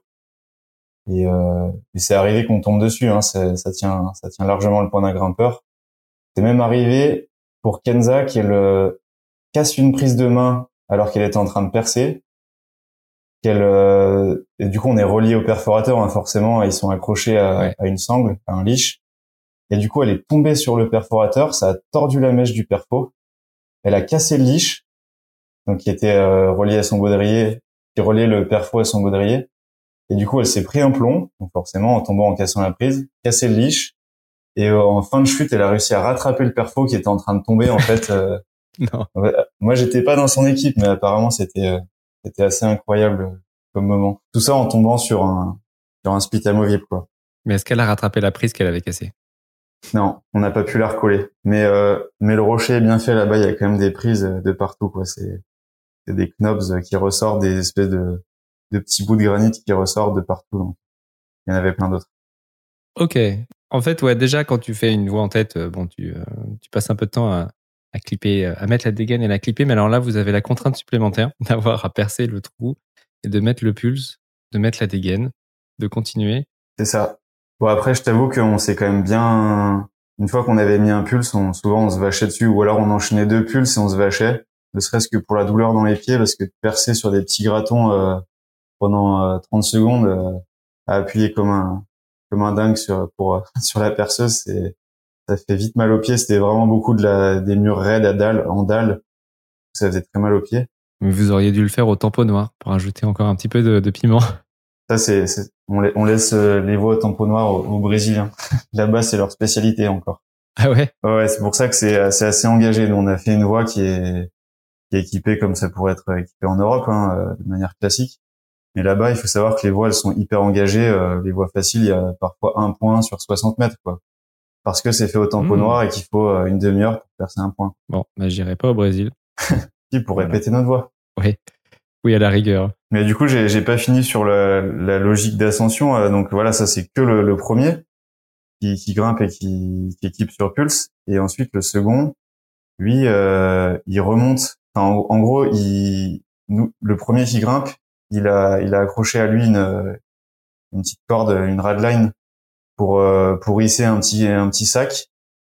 Et, euh, et c'est arrivé qu'on tombe dessus, hein, ça, ça tient ça tient largement le point d'un grimpeur. C'est même arrivé pour Kenza qu'elle euh, casse une prise de main alors qu'elle était en train de percer. Qu'elle euh, et du coup on est relié au perforateur, hein, forcément, ils sont accrochés à, Ouais. à une sangle, à un leash. Et du coup elle est tombée sur le perforateur, ça a tordu la mèche du perfo. Elle a cassé le leash, donc qui était euh, relié à son baudrier, qui reliait le perfo à son baudrier. Et du coup elle s'est pris un plomb, donc forcément en tombant, en cassant la prise, cassé le leash. Et euh, en fin de chute, elle a réussi à rattraper le perfo qui était en train de tomber. En fait, euh, Non. moi, j'étais pas dans son équipe, mais apparemment, c'était euh, c'était assez incroyable comme moment. Tout ça en tombant sur un sur un split amovible, quoi. Mais est-ce qu'elle a rattrapé la prise qu'elle avait cassée? Non, on n'a pas pu la recoller. Mais euh, mais le rocher est bien fait là-bas. Il y a quand même des prises de partout, quoi. C'est c'est des knobs qui ressortent, des espèces de de petits bouts de granit qui ressortent de partout. Donc, il y en avait plein d'autres. Ok. En fait, ouais, déjà, quand tu fais une voix en tête, euh, bon, tu, euh, tu passes un peu de temps à, à clipper, euh, à mettre la dégaine et la clipper. Mais alors là, vous avez la contrainte supplémentaire d'avoir à percer le trou et de mettre le pulse, de mettre la dégaine, de continuer. C'est ça. Bon, après, je t'avoue qu'on s'est quand même bien, une fois qu'on avait mis un pulse, on, souvent on se vachait dessus, ou alors on enchaînait deux pulses et on se vachait, ne serait-ce que pour la douleur dans les pieds, parce que percer sur des petits gratons euh, pendant euh, trente secondes, euh, à appuyer comme un comme un dingue sur pour euh, sur la perceuse, c'est ça fait vite mal aux pieds. C'était vraiment beaucoup de la des murs raides à dalle, en dalle, ça faisait très mal aux pieds. Mais vous auriez dû le faire au tamponnoir pour ajouter encore un petit peu de, de piment. Ça, c'est, c'est on, la- on laisse euh, les voies au tempo noir aux, aux Brésiliens. Là-bas, c'est leur spécialité encore. Ah ouais? Ouais, ouais, c'est pour ça que c'est, euh, c'est assez engagé. Nous, on a fait une voie qui est, qui est équipée comme ça pourrait être équipée en Europe, hein, euh, de manière classique. Mais là-bas, il faut savoir que les voies, elles sont hyper engagées. Euh, les voies faciles, il y a parfois un point sur soixante mètres, quoi. Parce que c'est fait au tempo Mmh. noir et qu'il faut euh, une demi-heure pour percer un point. Bon, bah, j'irai pas au Brésil. Qui pour Voilà. répéter notre voie. Oui. Oui, à la rigueur. Mais du coup, j'ai, j'ai pas fini sur la, la logique d'ascension. Euh, donc voilà, ça c'est que le, le premier qui, qui grimpe et qui, qui équipe sur pulse. Et ensuite le second, lui, euh, il remonte. Enfin, en, en gros, il, nous, le premier qui grimpe, il a, il a accroché à lui une, une petite corde, une radline pour euh, pour hisser un petit un petit sac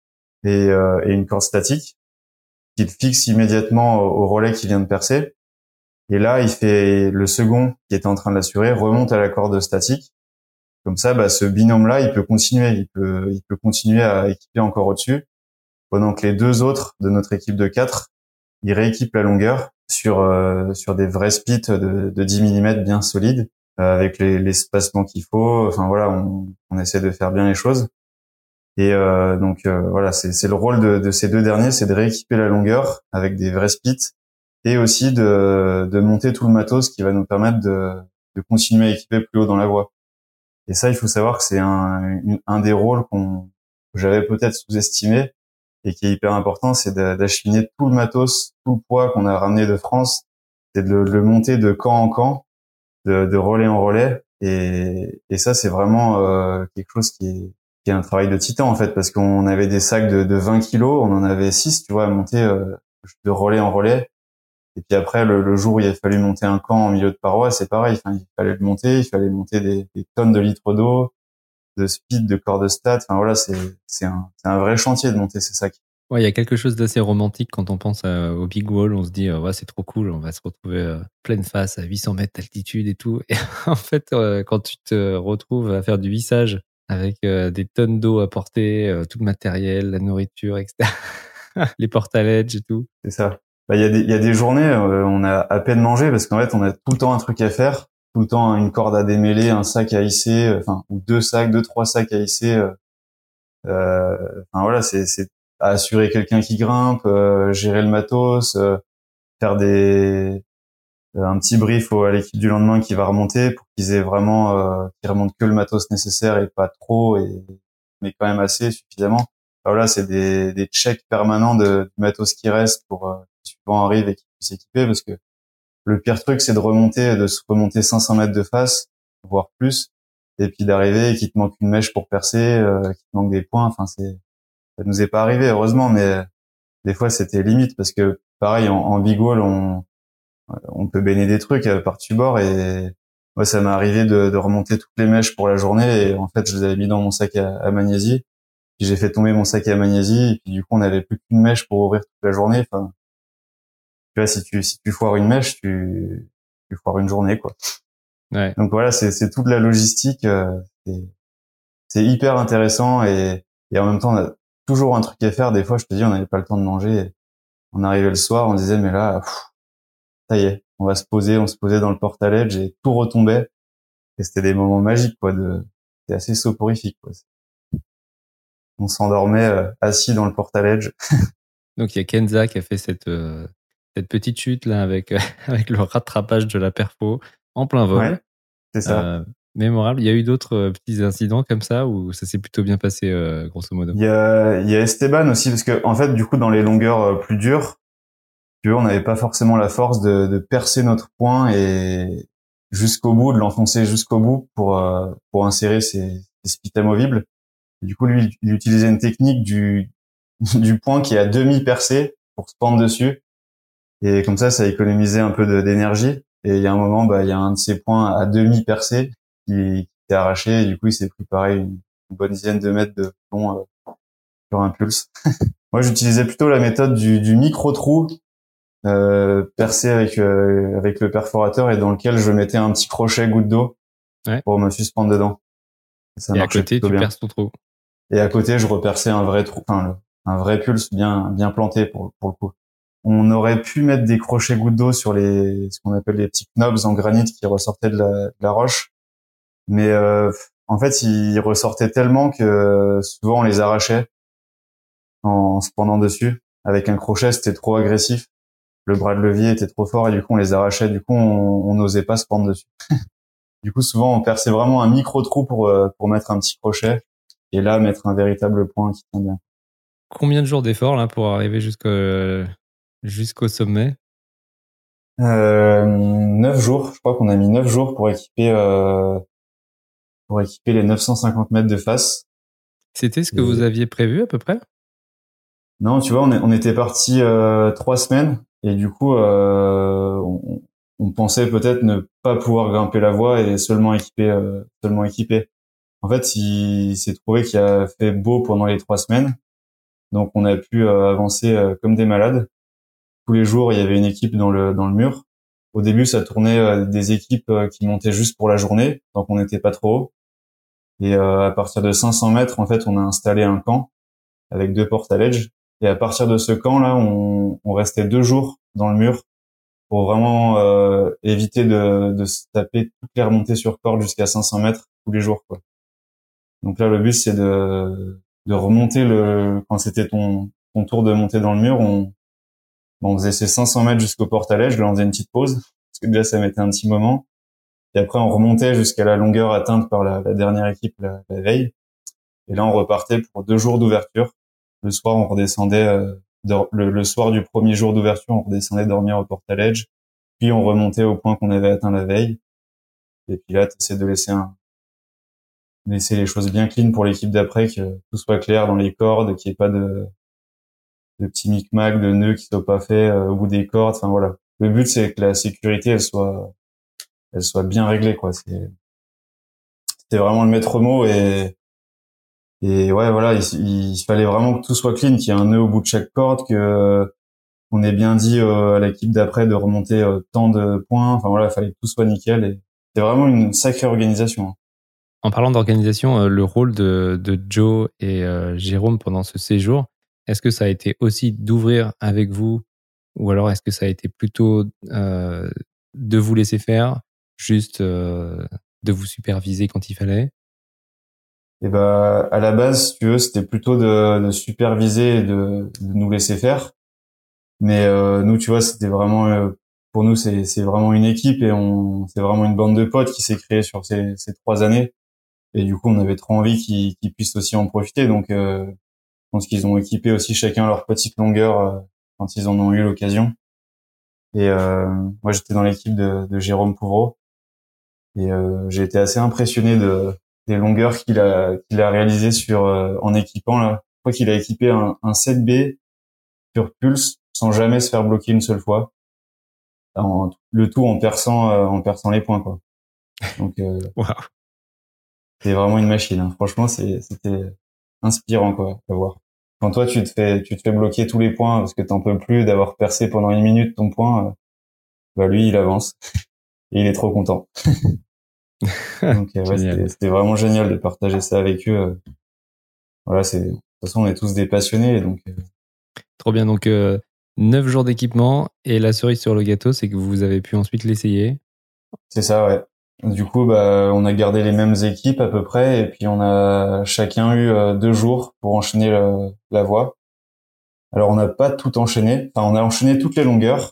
et, euh, et une corde statique qu'il fixe immédiatement au, au relais qui vient de percer. Et là, il fait le second qui était en train de l'assurer remonte à la corde statique. Comme ça, bah, ce binôme-là, il peut continuer, il peut il peut continuer à équiper encore au-dessus, pendant que les deux autres de notre équipe de quatre, ils rééquipent la longueur sur euh, sur des vrais spits de, de dix millimètres bien solides, euh, avec les l'espacement qu'il faut. Enfin voilà, on, on essaie de faire bien les choses. Et euh, donc euh, voilà, c'est c'est le rôle de, de ces deux derniers, c'est de rééquiper la longueur avec des vrais spits et aussi de de monter tout le matos qui va nous permettre de de continuer à équiper plus haut dans la voie. Et ça, il faut savoir que c'est un un des rôles qu'on que j'avais peut-être sous-estimé et qui est hyper important, c'est d'acheminer tout le matos, tout le poids qu'on a ramené de France, c'est de le, le monter de camp en camp, de, de relais en relais. Et, et ça, c'est vraiment euh, quelque chose qui est, qui est un travail de titan, en fait, parce qu'on avait des sacs de, de vingt kilos, on en avait six, tu vois, à monter euh, de relais en relais. Et puis après, le, le jour où il a fallu monter un camp en milieu de paroi, c'est pareil. Enfin, il fallait le monter, il fallait monter des, des tonnes de litres d'eau, de speed, de corps de stat. Enfin voilà, c'est c'est un c'est un vrai chantier de monter ces sacs. Ouais, il y a quelque chose d'assez romantique quand on pense à, au Big Wall. On se dit, euh, ouais, c'est trop cool, on va se retrouver euh, pleine face à huit cents mètres d'altitude et tout. Et en fait, euh, quand tu te retrouves à faire du vissage avec euh, des tonnes d'eau à porter, euh, tout le matériel, la nourriture, et cetera, les porte-à-ledge et tout. C'est ça. Bah il y a des il y a des journées, euh, on a à peine mangé parce qu'en fait, on a tout le temps un truc à faire, tout le temps une corde à démêler, un sac à hisser, euh, enfin ou deux sacs, deux trois sacs à hisser. Euh, euh, enfin voilà, c'est c'est à assurer quelqu'un qui grimpe, euh, gérer le matos, euh, faire des euh, un petit brief au, à l'équipe du lendemain qui va remonter pour qu'ils aient vraiment euh, qu'ils remontent que le matos nécessaire et pas trop, et mais quand même assez suffisamment. Enfin, voilà, c'est des des checks permanents de du matos qui reste pour euh, que le suivant arrive et qu'il puisse s'équiper, parce que le pire truc c'est de remonter de se remonter cinq cents mètres de face, voire plus, et puis d'arriver et qu'il te manque une mèche pour percer, euh, qu'il te manque des points. Enfin, c'est ça nous est pas arrivé heureusement, mais des fois c'était limite, parce que pareil en, en big wall on on peut baigner des trucs euh, par-dessus bord, et moi ça m'est arrivé de, de remonter toutes les mèches pour la journée, et en fait je les avais mis dans mon sac à, à magnésie, puis j'ai fait tomber mon sac à magnésie, et puis du coup on avait plus qu'une mèche pour ouvrir toute la journée. Enfin, tu vois, si tu si tu foires une mèche, tu tu foires une journée, quoi. Ouais. Donc voilà, c'est c'est toute la logistique, euh, c'est c'est hyper intéressant, et et en même temps on a toujours un truc à faire. Des fois je te dis on n'avait pas le temps de manger, et on arrivait le soir, on disait mais là pff, ça y est, on va se poser, on se posait dans le porte-à-ledge et tout retombait. Et c'était des moments magiques, quoi. De, c'était assez soporifique, quoi. On s'endormait euh, assis dans le porte-à-ledge. Donc il y a Kenza qui a fait cette euh, cette petite chute là avec euh, avec le rattrapage de la perfo en plein vol. Ouais, c'est ça. Euh, mémorable. Il y a eu d'autres euh, petits incidents comme ça où ça s'est plutôt bien passé, euh, grosso modo. Il y a, il y a Esteban aussi, parce que en fait, du coup, dans les longueurs euh, plus dures, tu vois, on n'avait pas forcément la force de, de percer notre poing et jusqu'au bout, de l'enfoncer jusqu'au bout pour euh, pour insérer ses, ses spites amovibles. Et du coup, lui, il utilisait une technique du du poing qui est à demi percé pour se pendre dessus. Et comme ça, ça économisait un peu de, d'énergie. Et il y a un moment, bah, il y a un de ses points à demi percé qui, qui s'est arraché. Et du coup, il s'est pris pareil une, une bonne dizaine de mètres de plomb euh, sur un pulse. Moi, j'utilisais plutôt la méthode du, du micro-trou euh, percé avec euh, avec le perforateur, et dans lequel je mettais un petit crochet goutte d'eau Ouais. pour me suspendre dedans. Et ça Et à marchait côté, plutôt tu bien. perces ton trou. Et à côté, je reperçais un vrai trou, enfin le- un vrai pulse bien bien planté pour pour le coup. On aurait pu mettre des crochets gouttes d'eau sur les ce qu'on appelle les petits knobs en granit qui ressortaient de la, de la roche, mais euh, en fait ils ressortaient tellement que souvent on les arrachait en se pendant dessus. Avec un crochet, c'était trop agressif, le bras de levier était trop fort, et du coup on les arrachait. Du coup on on n'osait pas se pendre dessus. Du coup souvent on perçait vraiment un micro trou pour euh, pour mettre un petit crochet, et là mettre un véritable point qui tient bien. Combien de jours d'effort là pour arriver jusqu'au jusqu'au sommet? Euh, neuf jours, je crois qu'on a mis neuf jours pour équiper euh, pour équiper les neuf cent cinquante mètres de face. C'était ce que Et vous aviez prévu à peu près? non, tu vois, on, est, on était parti euh, trois semaines, et du coup, euh, on, on pensait peut-être ne pas pouvoir grimper la voie et seulement équiper, euh, seulement équiper. En fait, il s'est trouvé qu'il a fait beau pendant les trois semaines, donc on a pu euh, avancer euh, comme des malades. Tous les jours, il y avait une équipe dans le dans le mur. Au début, ça tournait euh, des équipes euh, qui montaient juste pour la journée, donc on n'était pas trop haut. Et euh, à partir de cinq cents mètres, en fait, on a installé un camp avec deux portes à ledge. Et à partir de ce camp-là, on, on restait deux jours dans le mur pour vraiment euh, éviter de, de se taper toutes les remontées sur corde jusqu'à cinq cents mètres tous les jours, quoi. Donc là, le but, c'est de, de remonter le, quand c'était ton, ton tour de monter dans le mur, on, on faisait ces cinq cents mètres jusqu'aux portes à ledge, là, on faisait une petite pause, parce que déjà, ça mettait un petit moment. Et après, on remontait jusqu'à la longueur atteinte par la, la dernière équipe la, la veille. Et là, on repartait pour deux jours d'ouverture. Le soir, on redescendait, euh, le, le soir du premier jour d'ouverture, on redescendait dormir au porte à ledge. Puis on remontait au point qu'on avait atteint la veille. Et puis là, tu essaies de laisser un, laisser les choses bien clean pour l'équipe d'après, que tout soit clair dans les cordes, qu'il n'y ait pas de, de petits micmacs, de nœuds qui soient pas faits euh, au bout des cordes. Enfin voilà, le but c'est que la sécurité elle soit elle soit bien réglée quoi. C'est c'était vraiment le maître mot et et ouais voilà il, il fallait vraiment que tout soit clean, qu'il y ait un nœud au bout de chaque corde, que on ait bien dit euh, à l'équipe d'après de remonter euh, tant de points. Enfin voilà, il fallait que tout soit nickel et c'est vraiment une sacrée organisation. Hein. En parlant d'organisation, euh, le rôle de, de Joe et euh, Jérôme pendant ce séjour, est-ce que ça a été aussi d'ouvrir avec vous ou alors est-ce que ça a été plutôt euh, de vous laisser faire, juste euh, de vous superviser quand il fallait? Et bah à la base, si tu veux, c'était plutôt de, de superviser et de, de nous laisser faire. Mais euh, nous, tu vois, c'était vraiment euh, pour nous, c'est c'est vraiment une équipe et on c'est vraiment une bande de potes qui s'est créée sur ces ces trois années. Et du coup, on avait trop envie qu'ils qu'ils puissent aussi en profiter. Donc, euh, je pense qu'ils ont équipé aussi chacun leur petite longueur euh, quand ils en ont eu l'occasion. Et euh, moi, j'étais dans l'équipe de, de Jérôme Pouvreau et euh, j'ai été assez impressionné de des longueurs qu'il a qu'il a réalisées sur euh, en équipant là. Je crois qu'il a équipé un, un sept B sur Pulse sans jamais se faire bloquer une seule fois. En, le tout en perçant euh, en perçant les points quoi. Donc euh, Wow. c'est vraiment une machine. Hein. Franchement, c'est c'était inspirant quoi à voir. Quand toi tu te fais tu te fais bloquer tous les points parce que t'en peux plus d'avoir percé pendant une minute ton point, euh, bah lui il avance et il est trop content. Donc euh, ouais, Génial. c'était c'était vraiment génial de partager ça avec eux. euh. Voilà, c'est de toute façon on est tous des passionnés donc euh, Trop bien. Donc, euh, neuf jours d'équipement et la cerise sur le gâteau, c'est que vous avez pu ensuite l'essayer. c'est ça ouais. Du coup bah on a gardé les mêmes équipes à peu près et puis on a chacun eu euh, deux jours pour enchaîner le- la voie. Alors on n'a pas tout enchaîné, enfin on a enchaîné toutes les longueurs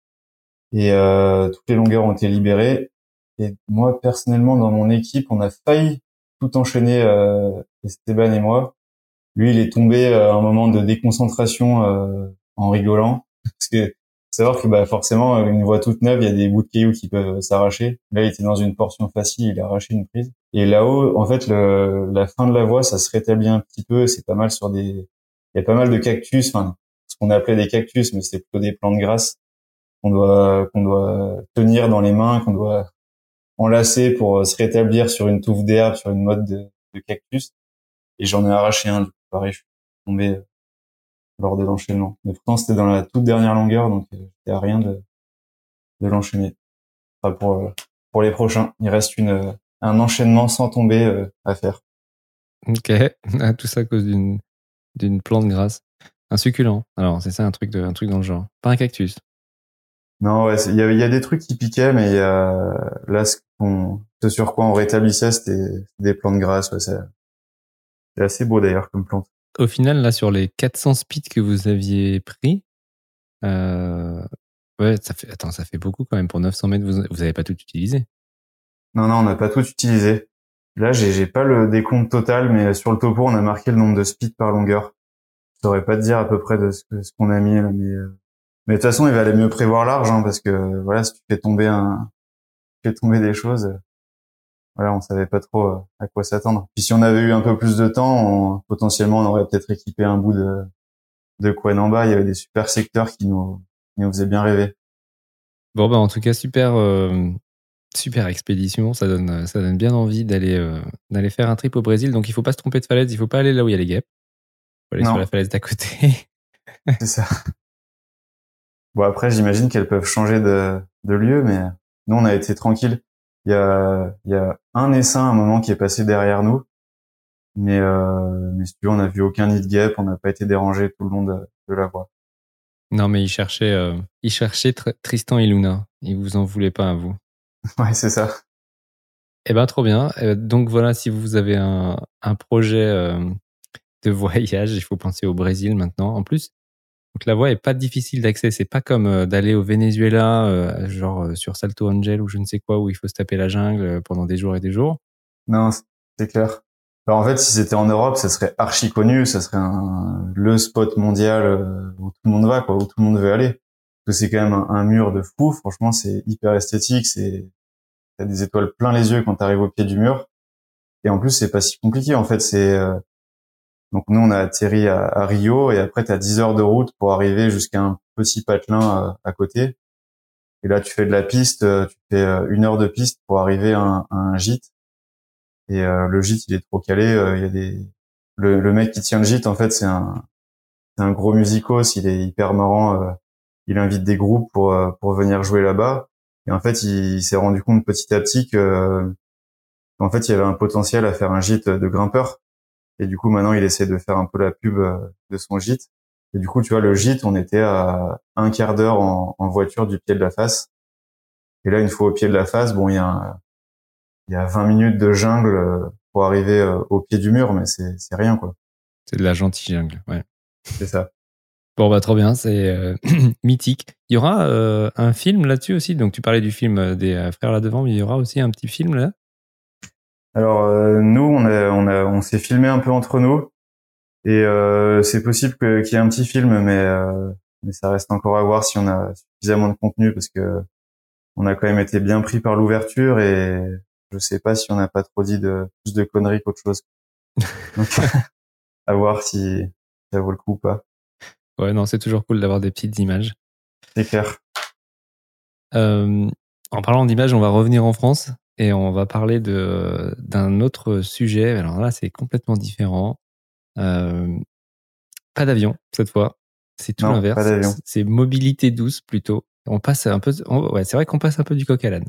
et euh, toutes les longueurs ont été libérées. Et moi personnellement dans mon équipe on a failli tout enchaîner, euh, Esteban et moi. Lui il est tombé euh, à un moment de déconcentration euh, en rigolant parce que faut savoir que bah forcément une voie toute neuve il y a des bouts de cailloux qui peuvent s'arracher. Là il était dans une portion facile, il a arraché une prise. Et là-haut en fait le, la fin de la voie ça se rétablit un petit peu, c'est pas mal sur des il y a pas mal de cactus, enfin ce qu'on appelait des cactus mais c'est plutôt des plantes grasses qu'on doit qu'on doit tenir dans les mains, qu'on doit enlacer pour euh, se rétablir sur une touffe d'herbe, sur une motte de, de cactus. Et j'en ai arraché un. Du coup, pareil, je suis tombé euh, lors de l'enchaînement. Mais pourtant, c'était dans la toute dernière longueur, donc euh, c'était à rien de, de l'enchaîner. Enfin, pour euh, pour les prochains, il reste une euh, un enchaînement sans tomber euh, à faire. Ok. Ah, tout ça à cause d'une d'une plante grasse. Un succulent. Alors, c'est ça un truc, de, un truc dans le genre. Pas un cactus. Non, ouais, il y a, il y a des trucs qui piquaient, mais il y a, là, ce, qu'on, ce sur quoi on rétablissait, c'était des plantes grasses. Ouais, c'est, c'est assez beau d'ailleurs comme plante. Au final, là, sur les quatre cents speeds que vous aviez pris, euh, ouais, ça fait, attends, ça fait beaucoup quand même. Pour neuf cents mètres, vous, vous avez pas tout utilisé. Non, non, on n'a pas tout utilisé. Là, j'ai, j'ai pas le décompte total, mais sur le topo, on a marqué le nombre de speeds par longueur. Je saurais pas te dire à peu près de ce, que- ce qu'on a mis, là, mais, euh, mais de toute façon, il valait mieux prévoir large, hein, parce que, voilà, si tu fais tomber un, tu fais tomber des choses, euh, voilà, on savait pas trop euh, à quoi s'attendre. Puis si on avait eu un peu plus de temps, on- potentiellement, on aurait peut-être équipé un bout de, de Kouen en bas. Il y avait des super secteurs qui nous, qui nous faisaient bien rêver. Bon, bah, en tout cas, super, euh, super expédition. Ça donne, ça donne bien envie d'aller, euh, d'aller faire un trip au Brésil. Donc, il faut pas se tromper de falaise. Il faut pas aller là où il y a les guêpes. Il faut aller sur la Non, falaise d'à côté. c'est ça. Bon, après, j'imagine qu'elles peuvent changer de, de lieu, mais nous, on a été tranquille. Il y a, il y a un essaim à un moment qui est passé derrière nous, mais, euh, mais si tu veux, on n'a vu aucun nid de guêpe, on n'a pas été dérangé tout le long de, de la voie. Non, mais il cherchait, euh, il cherchait Tr- Tristan et Luna. Il vous en voulait pas à vous. Ouais, c'est ça. Eh ben, trop bien. Euh, donc voilà, si vous avez un, un projet euh, de voyage, il faut penser au Brésil maintenant. En plus, donc la voie est pas difficile d'accès. C'est pas comme euh, d'aller au Venezuela, euh, genre euh, sur Salto Angel ou je ne sais quoi, où il faut se taper la jungle euh, pendant des jours et des jours. Non, c'est clair. Alors en fait, si c'était en Europe, ça serait archi connu, ça serait un, le spot mondial euh, où tout le monde va, quoi, où tout le monde veut aller. Parce que c'est quand même un, un mur de fou. Franchement, c'est hyper esthétique. C'est, t'as des étoiles plein les yeux quand t'arrives au pied du mur. Et en plus, c'est pas si compliqué. En fait, c'est euh, donc nous on a atterri à, à Rio et après t'as dix heures de route pour arriver jusqu'à un petit patelin euh, à côté. Et là, tu fais de la piste, euh, tu fais euh, une heure de piste pour arriver à un, à un gîte. Et euh, le gîte, il est trop calé. euh, Il y a des le, le mec qui tient le gîte, en fait, c'est un c'est un gros musicos. Il est hyper marrant. euh, il invite des groupes pour euh, pour venir jouer là-bas. Et en fait, il, il s'est rendu compte petit à petit que euh, en fait, il y avait un potentiel à faire un gîte de grimpeurs. Et du coup, maintenant, il essaie de faire un peu la pub euh, de son gîte. Et du coup, tu vois, le gîte, on était à un quart d'heure en, en voiture du pied de la face. Et là, une fois au pied de la face, bon, il y a un, il y a vingt minutes de jungle euh, pour arriver euh, au pied du mur, mais c'est c'est rien, quoi. C'est de la gentille jungle, ouais. C'est ça. Bon, bah, trop bien, c'est euh, mythique. Il y aura euh, un film là-dessus aussi. Donc, tu parlais du film des euh, frères là-devant, mais il y aura aussi un petit film là. Alors, euh, nous, on a, on a, on s'est filmé un peu entre nous. Et euh, c'est possible que, qu'il y ait un petit film, mais, euh, mais ça reste encore à voir si on a suffisamment de contenu, parce que on a quand même été bien pris par l'ouverture et je sais pas si on n'a pas trop dit de plus de conneries qu'autre chose. Donc, à voir si ça vaut le coup ou pas. Ouais, non, c'est toujours cool d'avoir des petites images. C'est clair. Euh, en parlant d'images, on va revenir en France et on va parler de d'un autre sujet. Alors là, c'est complètement différent. Euh, pas d'avion cette fois. C'est tout Non, pas l'inverse. d'avion. C'est mobilité douce plutôt. On passe un peu. on- ouais, c'est vrai qu'on passe un peu du coq à l'âne.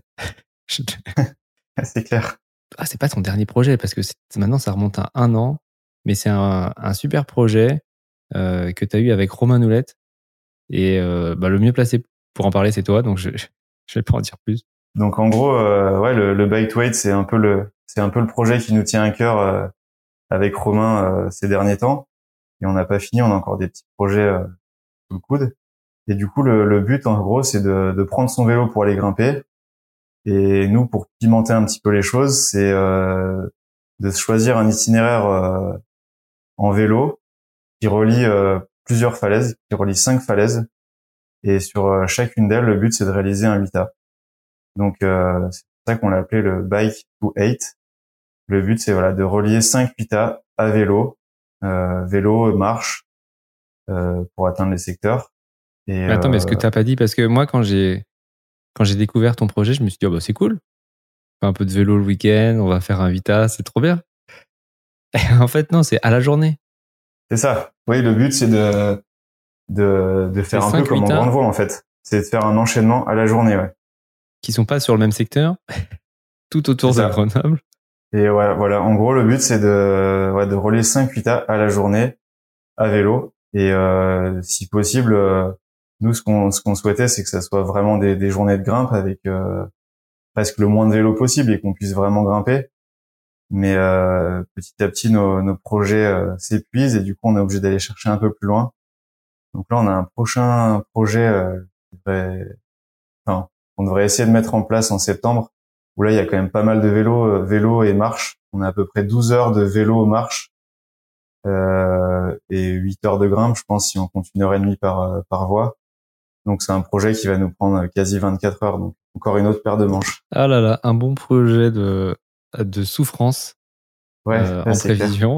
C'est clair. Ah, c'est pas ton dernier projet parce que c'est- maintenant ça remonte à un an, mais c'est un, un super projet euh, que tu as eu avec Romain Noulette. Et euh, bah, le mieux placé pour en parler, c'est toi, donc je je vais pas en dire plus. Donc en gros, euh, ouais, le, le bike to weight, c'est un peu le, c'est un peu le projet qui nous tient à cœur euh, avec Romain euh, ces derniers temps. Et on n'a pas fini, on a encore des petits projets euh, sous le coude. Et du coup, le, le but, en gros, c'est de, de prendre son vélo pour aller grimper. Et nous, pour pimenter un petit peu les choses, c'est euh, de choisir un itinéraire euh, en vélo qui relie euh, plusieurs falaises, qui relie cinq falaises. Et sur euh, chacune d'elles, le but, c'est de réaliser un huit A. Donc, euh, c'est pour ça qu'on l'a appelé le Bike to Eight. Le but, c'est voilà de relier cinq huit A à vélo, euh, vélo, marche, euh, pour atteindre les secteurs. Et Mais attends, mais est-ce que euh, t'as pas dit, parce que moi quand j'ai quand j'ai découvert ton projet, je me suis dit oh bah c'est cool, on fait un peu de vélo le week-end, on va faire un Vita, c'est trop bien. Et en fait non, c'est à la journée. c'est ça. Oui, le but, c'est de de, de C'est faire un peu cinq comme en Vita grande voie, en fait. C'est de faire un enchaînement à la journée, ouais. qui sont pas sur le même secteur, tout C'est autour de ça. Grenoble. Et ouais, voilà. En gros, le but, c'est de, ouais, de relier cinq huit A à la journée à vélo. Et euh, si possible, euh, nous, ce qu'on ce qu'on souhaitait, c'est que ça soit vraiment des, des journées de grimpe avec euh, presque le moins de vélo possible et qu'on puisse vraiment grimper. Mais euh, petit à petit, nos, nos projets euh, s'épuisent et du coup, on est obligé d'aller chercher un peu plus loin. Donc là, on a un prochain projet euh, qui devrait, enfin, on devrait essayer de mettre en place en septembre, où là, il y a quand même pas mal de vélos, euh, vélo et marche. On a à peu près douze heures de vélo marche euh, et huit heures de grimpe, je pense, si on compte une heure et demie par, euh, par voie. Donc c'est un projet qui va nous prendre quasi vingt-quatre heures, donc encore une autre paire de manches. Ah là là, un bon projet de de souffrance Ouais, euh, ouais, en c'est clair. prévision.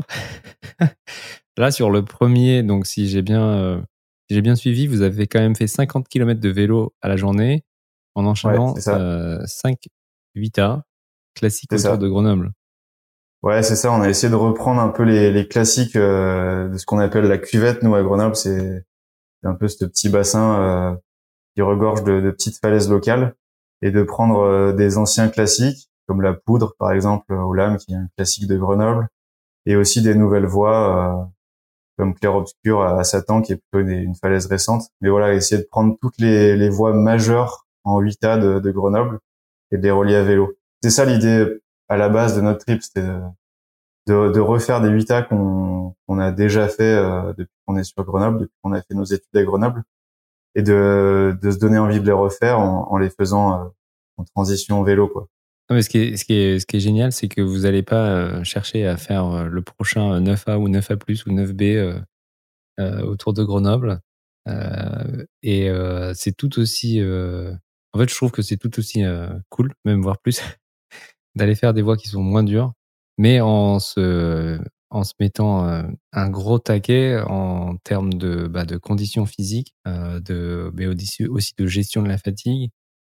Là sur le premier, donc si j'ai bien euh, si j'ai bien suivi, vous avez quand même fait cinquante kilomètres de vélo à la journée en Ouais, enchaînant c'est ça. euh, cinq huit A classiques C'est autour ça. de Grenoble. Ouais, c'est ça. On a essayé de reprendre un peu les, les classiques euh, de ce qu'on appelle la cuvette. Nous, à Grenoble, c'est c'est un peu ce petit bassin euh, qui regorge de, de petites falaises locales et de prendre euh, des anciens classiques comme la Poudre, par exemple, au Lame, qui est un classique de Grenoble, et aussi des nouvelles voies euh, comme Clair-Obscur à Satan, qui est plutôt une, une falaise récente. Mais voilà, essayer de prendre toutes les, les voies majeures en huit A de, de Grenoble et de les relier à vélo. C'est ça l'idée à la base de notre trip, c'était de, de, de refaire des huit A qu'on qu'on a déjà fait euh, depuis qu'on est sur Grenoble, depuis qu'on a fait nos études à Grenoble, et de, de se donner envie de les refaire en, en les faisant euh, en transition vélo, quoi. Non, mais ce qui est, ce qui est, ce qui est génial, c'est que vous n'allez pas euh, chercher à faire euh, le prochain neuf A ou neuf A plus ou neuf B euh, euh, autour de Grenoble. Euh, et euh, c'est tout aussi... euh, En fait, je trouve que c'est tout aussi euh, cool, même voire plus, d'aller faire des voies qui sont moins dures, mais en se, en se mettant euh, un gros taquet en termes de, bah, de conditions physiques, euh, de, mais aussi aussi de gestion de la fatigue,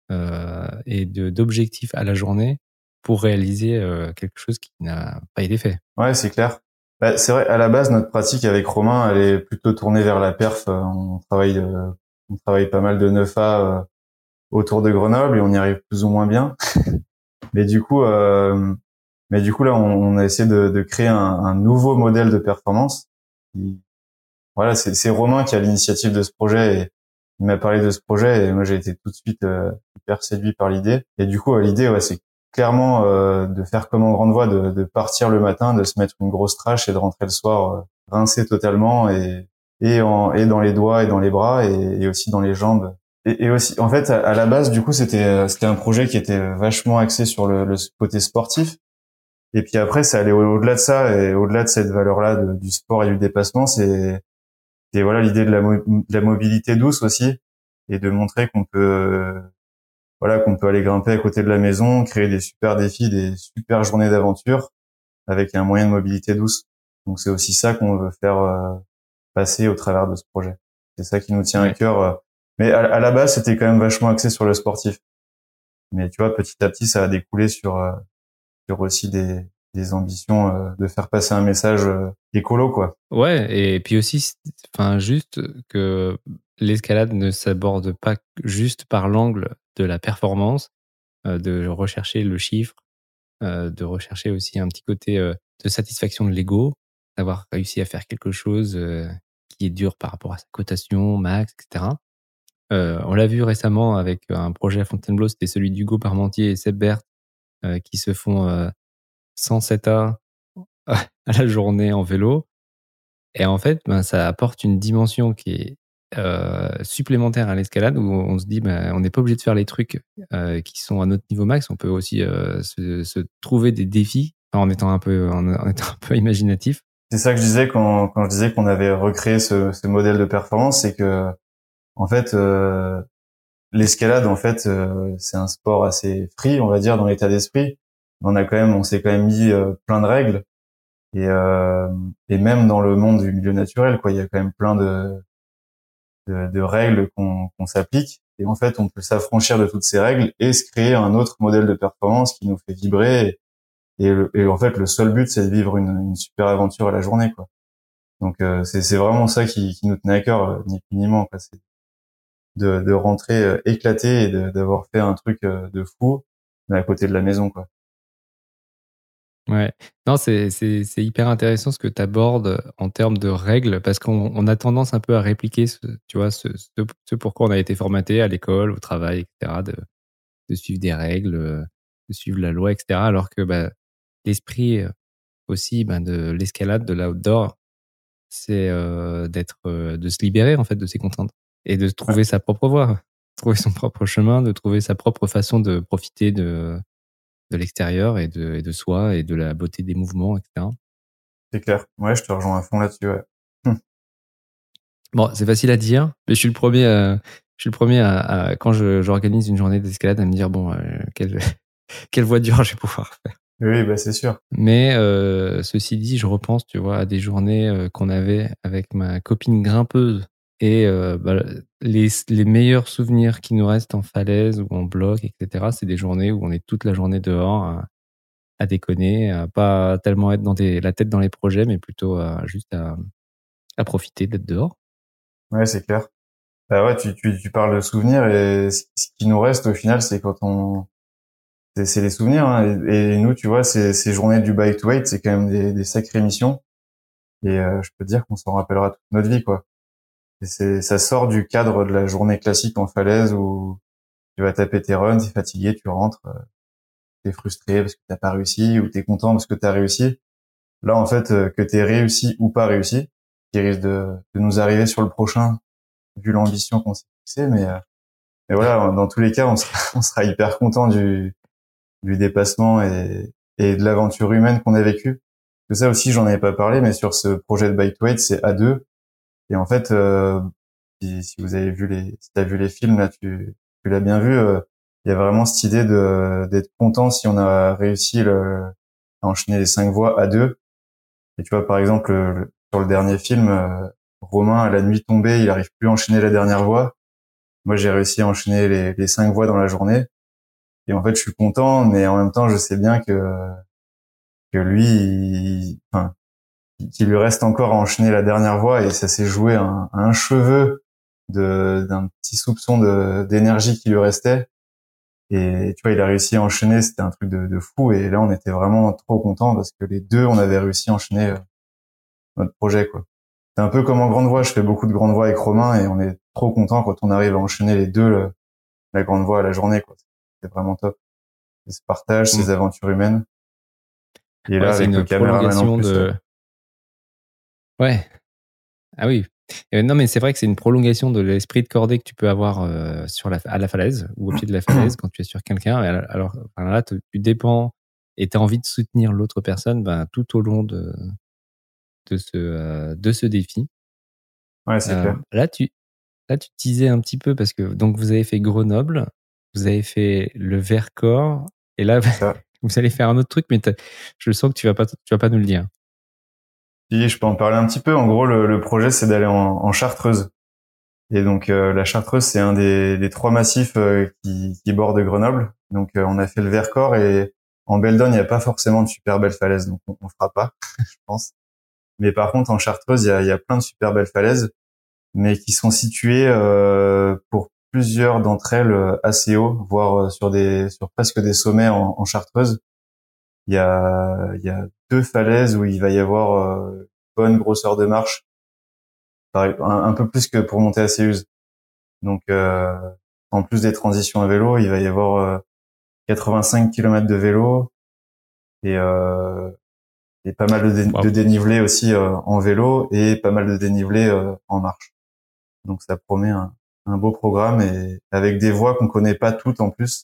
euh, et de, d'objectifs à la journée pour réaliser euh, quelque chose qui n'a pas été fait. Ouais, c'est clair. Bah, c'est vrai, à la base, notre pratique avec Romain, elle est plutôt tournée vers la perf. Euh, On travaille, euh, on travaille pas mal de neuf A euh, autour de Grenoble et on y arrive plus ou moins bien. Mais du coup, euh, mais du coup là, on, on a essayé de, de créer un, un nouveau modèle de performance. Qui- Voilà, c'est, c'est Romain qui a l'initiative de ce projet et il m'a parlé de ce projet et moi j'ai été tout de suite euh, hyper séduit par l'idée. Et du coup, euh, l'idée, ouais, c'est clairement euh, de faire comme en grande voie, de, de partir le matin, de se mettre une grosse trash et de rentrer le soir euh, rincé totalement et et, en, et dans les doigts et dans les bras et, et aussi dans les jambes. Et, et aussi, en fait, à, à la base, du coup, c'était euh, c'était un projet qui était vachement axé sur le, le côté sportif. Et puis après, ça allait au- au-delà de ça et au-delà de cette valeur-là de- du sport et du dépassement, c'est et voilà l'idée de la, mo- de la mobilité douce aussi et de montrer qu'on peut euh, voilà qu'on peut aller grimper à côté de la maison, créer des super défis, des super journées d'aventure avec un moyen de mobilité douce. Donc c'est aussi ça qu'on veut faire euh, passer au travers de ce projet. C'est ça qui nous tient à Ouais. cœur. euh. Mais à, à la base, c'était quand même vachement axé sur le sportif. Mais tu vois, petit à petit, ça a découlé sur euh, sur aussi des des ambitions euh, de faire passer un message euh, écolo, quoi. Ouais, et puis aussi, enfin, juste que l'escalade ne s'aborde pas juste par l'angle de la performance, euh, de rechercher le chiffre, euh, de rechercher aussi un petit côté euh, de satisfaction de l'ego, d'avoir réussi à faire quelque chose euh, qui est dur par rapport à sa cotation, max, et cetera. Euh, on l'a vu récemment avec un projet à Fontainebleau, c'était celui d'Hugo Parmentier et Seb Berth, euh, qui se font euh, cent sept A à la journée en vélo. Et en fait, ben, ça apporte une dimension qui est euh, supplémentaire à l'escalade où on se dit, ben, on n'est pas obligé de faire les trucs euh, qui sont à notre niveau max. On peut aussi euh, se, se trouver des défis en étant un peu, en, en étant un peu imaginatif. C'est ça que je disais quand quand je disais qu'on avait recréé ce ce modèle de performance, c'est que en fait euh, l'escalade en fait euh, c'est un sport assez free, on va dire, dans l'état d'esprit. On a quand même on s'est quand même mis euh, plein de règles et euh, et même dans le monde du milieu naturel, quoi, il y a quand même plein de de, de règles qu'on qu'on s'applique. Et en fait, on peut s'affranchir de toutes ces règles et se créer un autre modèle de performance qui nous fait vibrer. Et, et, le- et en fait, le seul but, c'est de vivre une, une super aventure à la journée, quoi. Donc, euh, c'est c'est vraiment ça qui, qui nous tenait à cœur, euh, ni plus ni moins, quoi. C'est de, de rentrer euh, éclaté et de- d'avoir fait un truc euh, de fou, mais à côté de la maison, quoi. Ouais. Non, c'est, c'est, c'est hyper intéressant ce que tu abordes en termes de règles parce qu'on on a tendance un peu à répliquer ce, tu vois, ce, ce, ce pourquoi on a été formaté à l'école, au travail, et cetera, de, de suivre des règles, euh, de suivre la loi, et cetera. Alors que bah, l'esprit euh, aussi bah, de l'escalade, de l'outdoor, c'est euh, d'être, euh, de se libérer en fait de ses contraintes et de Ouais, trouver sa propre voie, trouver son propre chemin, de trouver sa propre façon de profiter de, de l'extérieur et de, et de soi et de la beauté des mouvements, et cetera. c'est clair. Ouais, je te rejoins à fond là-dessus, ouais. Hum. Bon, c'est facile à dire, mais je suis le premier, à, je suis le premier à, à quand je, j'organise une journée d'escalade à me dire bon, euh, quelle, quelle voie dure je vais pouvoir faire. Oui, bah, c'est sûr. Mais euh, ceci dit, je repense, tu vois, à des journées euh, qu'on avait avec ma copine grimpeuse et euh, bah, les, les meilleurs souvenirs qui nous restent en falaise ou en bloc, et cetera. C'est des journées où on est toute la journée dehors à, à déconner, à pas tellement être dans des, la tête dans les projets, mais plutôt à, juste à, à profiter d'être dehors. Ouais, c'est clair. Bah ouais, tu, tu, tu parles de souvenirs et ce ce qui nous reste au final, c'est quand on, c'est c'est les souvenirs, hein. Et, et nous, tu vois, ces, ces journées du bike to weight, c'est quand même des, des sacrées missions. Et euh, je peux te dire qu'on s'en rappellera toute notre vie, quoi. Et c'est, ça sort du cadre de la journée classique en falaise où tu vas taper tes runs, t'es fatigué, tu rentres, euh, t'es frustré parce que t'as pas réussi ou t'es content parce que t'as réussi. Là, en fait, euh, que t'aies réussi ou pas réussi, qui risque de, de nous arriver sur le prochain, vu l'ambition qu'on s'est fixée, mais, euh, mais voilà, dans tous les cas, on sera, on sera hyper content du, du dépassement et, et de l'aventure humaine qu'on a vécue. Que ça aussi, j'en avais pas parlé, mais sur ce projet de Bike to Weight, c'est à deux. Et en fait, euh, si, si vous avez vu les, si t'as vu les films là, tu, tu l'as bien vu. euh, Il y a vraiment cette idée de d'être content si on a réussi le, à enchaîner les cinq voies à deux. Et tu vois, par exemple, le- sur le dernier film, euh, Romain, à la nuit tombée, il arrive plus à enchaîner la dernière voie. Moi, j'ai réussi à enchaîner les, les cinq voies dans la journée. Et en fait, je suis content, mais en même temps, je sais bien que que lui, il, enfin, qu'il lui reste encore à enchaîner la dernière voie, et ça s'est joué à un, à un cheveu de d'un petit soupçon de d'énergie qui lui restait. Et tu vois, il a réussi à enchaîner, c'était un truc de, de fou. Et là, on était vraiment trop contents parce que les deux, on avait réussi à enchaîner euh, notre projet, quoi. C'est un peu comme en grande voie. Je fais beaucoup de grande voie avec Romain et on est trop contents quand on arrive à enchaîner les deux, le, la grande voie à la journée, quoi. C'est vraiment top. Et ce partage, Mm. ces aventures humaines. Et Ouais, là, c'est avec le une caméraman en prolongation plus. de. Ouais. Ah oui. Euh, non, mais c'est vrai que c'est une prolongation de l'esprit de cordée que tu peux avoir euh, sur la, à la falaise ou au pied de la falaise quand tu es sur quelqu'un. Alors, alors là, tu dépends et tu as envie de soutenir l'autre personne ben, tout au long de, de, ce, euh, de ce défi. Ouais, c'est Euh, clair. là, tu, là, tu teasais un petit peu parce que donc vous avez fait Grenoble, vous avez fait le Vercors et là, C'est ça. vous allez faire un autre truc, mais je sens que tu vas pas, tu vas pas nous le dire. Si, je peux en parler un petit peu. En gros, le, le projet, c'est d'aller en, en Chartreuse. Et donc, euh, la Chartreuse, c'est un des, des trois massifs euh, qui, qui bordent Grenoble. Donc, euh, on a fait le Vercors, et en Beldon, il n'y a pas forcément de super belles falaises, donc on, on fera pas, je pense. Mais par contre, en Chartreuse, il y a, il y a plein de super belles falaises, mais qui sont situées euh, pour plusieurs d'entre elles euh, assez haut, voire euh, sur des, sur presque des sommets en, en Chartreuse. Il y a, il y a deux falaises où il va y avoir euh, bonne grosseur de marche, un, un peu plus que pour monter à Céuse. Donc, euh, en plus des transitions à vélo, il va y avoir euh, quatre-vingt-cinq kilomètres de vélo et, euh, et pas mal de, dé- Wow. de dénivelé aussi euh, en vélo, et pas mal de dénivelé euh, en marche. Donc, ça promet un, un beau programme, et avec des voies qu'on connaît pas toutes en plus.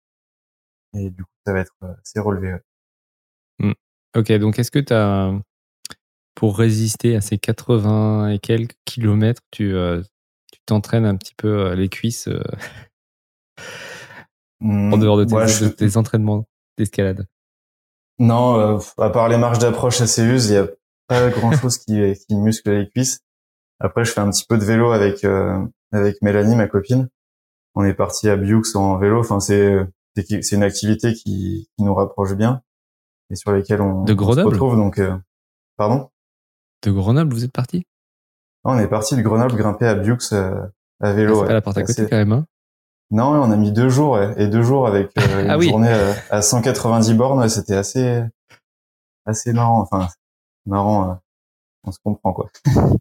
Et du coup, ça va être euh, assez relevé. Ouais. Mm. Ok, donc est-ce que tu as, pour résister à ces quatre-vingts et quelques kilomètres, tu euh, tu t'entraînes un petit peu euh, les cuisses euh, en Mmh, dehors de tes, ouais, de je, tes entraînements d'escalade? non, euh, à part les marches d'approche assez usées, il y a pas grand chose qui, qui muscle les cuisses. Après, je fais un petit peu de vélo avec euh, avec Mélanie, ma copine. On est parti à Bioux en vélo. Enfin, c'est c'est c'est une activité qui, qui nous rapproche bien et sur lesquelles De on, on se Grenoble? retrouve. Donc, euh, pardon. De Grenoble, vous êtes parti? Ah, on est parti de Grenoble grimper à Bioux euh, à Ah, vélo. c'est pas Ouais. la porte C'est à côté assez. quand même, hein? Non, ouais, on a mis deux jours ouais. Et deux jours avec euh, Ah une oui. journée euh, à cent quatre-vingt-dix bornes. Ouais, c'était assez assez marrant. Enfin, marrant. Euh, on se comprend quoi.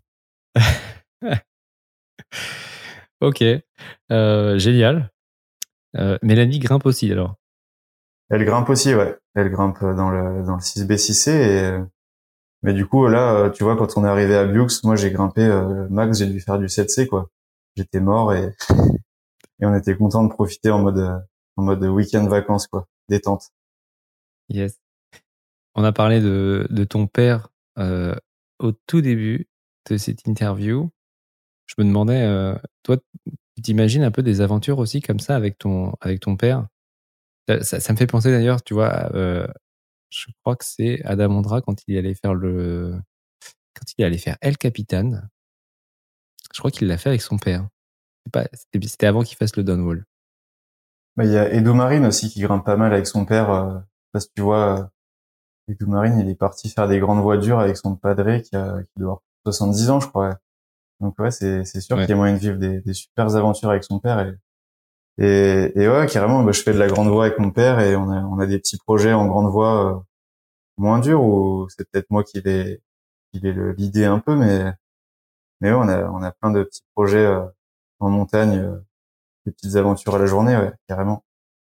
Ok, euh, génial. Euh, Mélanie grimpe aussi alors. Elle grimpe aussi, ouais. Elle grimpe dans le dans le six B six C. Et euh, mais du coup là, euh, tu vois, quand on est arrivé à Bioux, moi j'ai grimpé euh, max, j'ai dû faire du sept C quoi. J'étais mort, et et on était content de profiter en mode euh, en mode week-end vacances quoi, détente. Yes. On a parlé de, de ton père euh, au tout début de cette interview. Je me demandais, euh, toi, tu t'imagines un peu des aventures aussi comme ça avec ton, avec ton père? Ça, ça, ça me fait penser d'ailleurs, tu vois, euh, je crois que c'est Adam Ondra quand il allait faire le, quand il allait faire El Capitan. Je crois qu'il l'a fait avec son père. C'est pas, c'était, c'était avant qu'il fasse le downwall. Bah, il y a Edo Marine aussi qui grimpe pas mal avec son père. Euh, parce que tu vois, euh, Edo Marine, il est parti faire des grandes voies dures avec son padré qui a qui doit avoir soixante-dix ans, je crois. Ouais. Donc ouais, c'est c'est sûr qu'il Ouais. y a moyen de vivre des, des super aventures avec son père. Et et, et ouais, carrément, bah, je fais de la grande voie avec mon père, et on a on a des petits projets en grande voie euh, moins durs, où c'est peut-être moi qui vais qui vais le l'idée un peu, mais mais ouais, on a on a plein de petits projets euh, en montagne, euh, des petites aventures à la journée, ouais, carrément.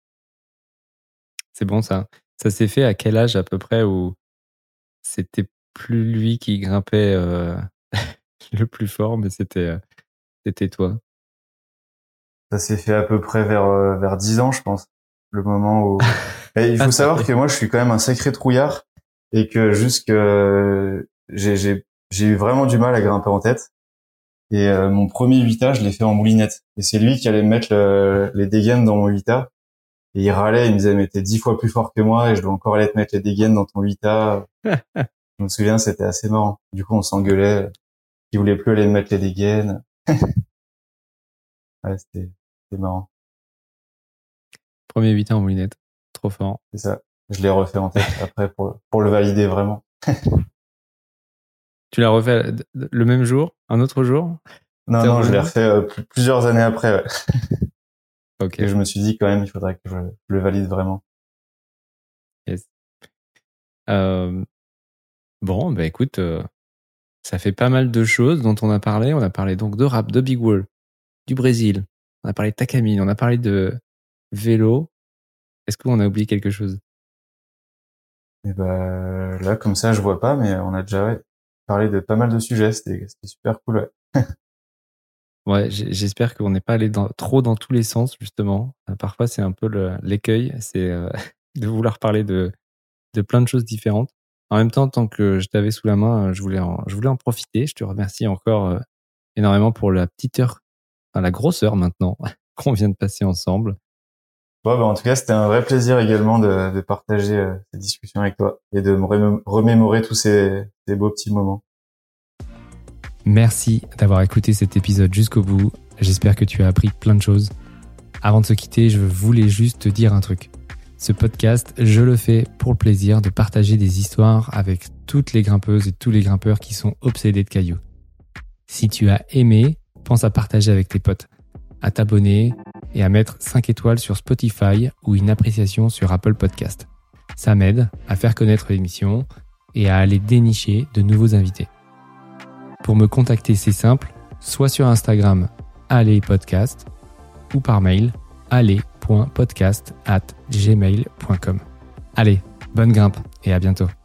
C'est bon ça. Ça s'est fait à quel âge à peu près où c'était plus lui qui grimpait euh, le plus fort, mais c'était euh, c'était toi. Ça s'est fait à peu près vers euh, vers dix ans, je pense. Le moment où et il Ah, faut ça savoir fait. que moi je suis quand même un sacré trouillard, et que jusque j'ai j'ai j'ai eu vraiment du mal à grimper en tête, et euh, mon premier huit A, je l'ai fait en moulinette, et c'est lui qui allait me mettre le, les dégaines dans mon huit A, et il râlait, il me disait mais t'es dix fois plus fort que moi et je dois encore aller te mettre les dégaines dans ton huit A. Je me souviens, c'était assez marrant. Du coup, on s'engueulait, il voulait plus aller me mettre les dégaines. Ouais, c'était, c'était marrant. Premier huit ans en moulinette. Trop fort. C'est ça. Je l'ai refait en tête après pour, pour le valider vraiment. Tu l'as refait le même jour? Un autre jour? Non, non, je l'ai refait euh, plusieurs années après. Ouais. Ok. Et je me suis dit quand même, il faudrait que je le valide vraiment. Yes. Euh, bon, bah écoute, euh, ça fait pas mal de choses dont on a parlé. On a parlé donc de rap, de Big Wall, du Brésil. On a parlé de Takamine, on a parlé de vélo. Est-ce qu'on a oublié quelque chose? Et bah, là, comme ça, je vois pas, mais on a déjà ouais, parlé de pas mal de sujets. C'était, c'était super cool, ouais. Ouais, j'espère qu'on n'est pas allé dans, trop dans tous les sens, justement. Parfois, c'est un peu le, l'écueil, c'est euh, de vouloir parler de, de plein de choses différentes. En même temps, tant que je t'avais sous la main, je voulais en, je voulais en profiter. Je te remercie encore euh, énormément pour la petite heure, enfin la grosse heure maintenant, qu'on vient de passer ensemble. Bon, bah, en tout cas, c'était un vrai plaisir également de, de partager euh, ces discussions avec toi et de me remé- remémorer tous ces, ces beaux petits moments. Merci d'avoir écouté cet épisode jusqu'au bout. J'espère que tu as appris plein de choses. Avant de se quitter, je voulais juste te dire un truc. Ce podcast, je le fais pour le plaisir de partager des histoires avec toutes les grimpeuses et tous les grimpeurs qui sont obsédés de cailloux. Si tu as aimé, pense à partager avec tes potes, à t'abonner et à mettre cinq étoiles sur Spotify ou une appréciation sur Apple Podcast. Ça m'aide à faire connaître l'émission et à aller dénicher de nouveaux invités. Pour me contacter, c'est simple, soit sur Instagram, allez-podcast, ou par mail, allez point podcast arobase gmail point com. Allez, bonne grimpe et à bientôt.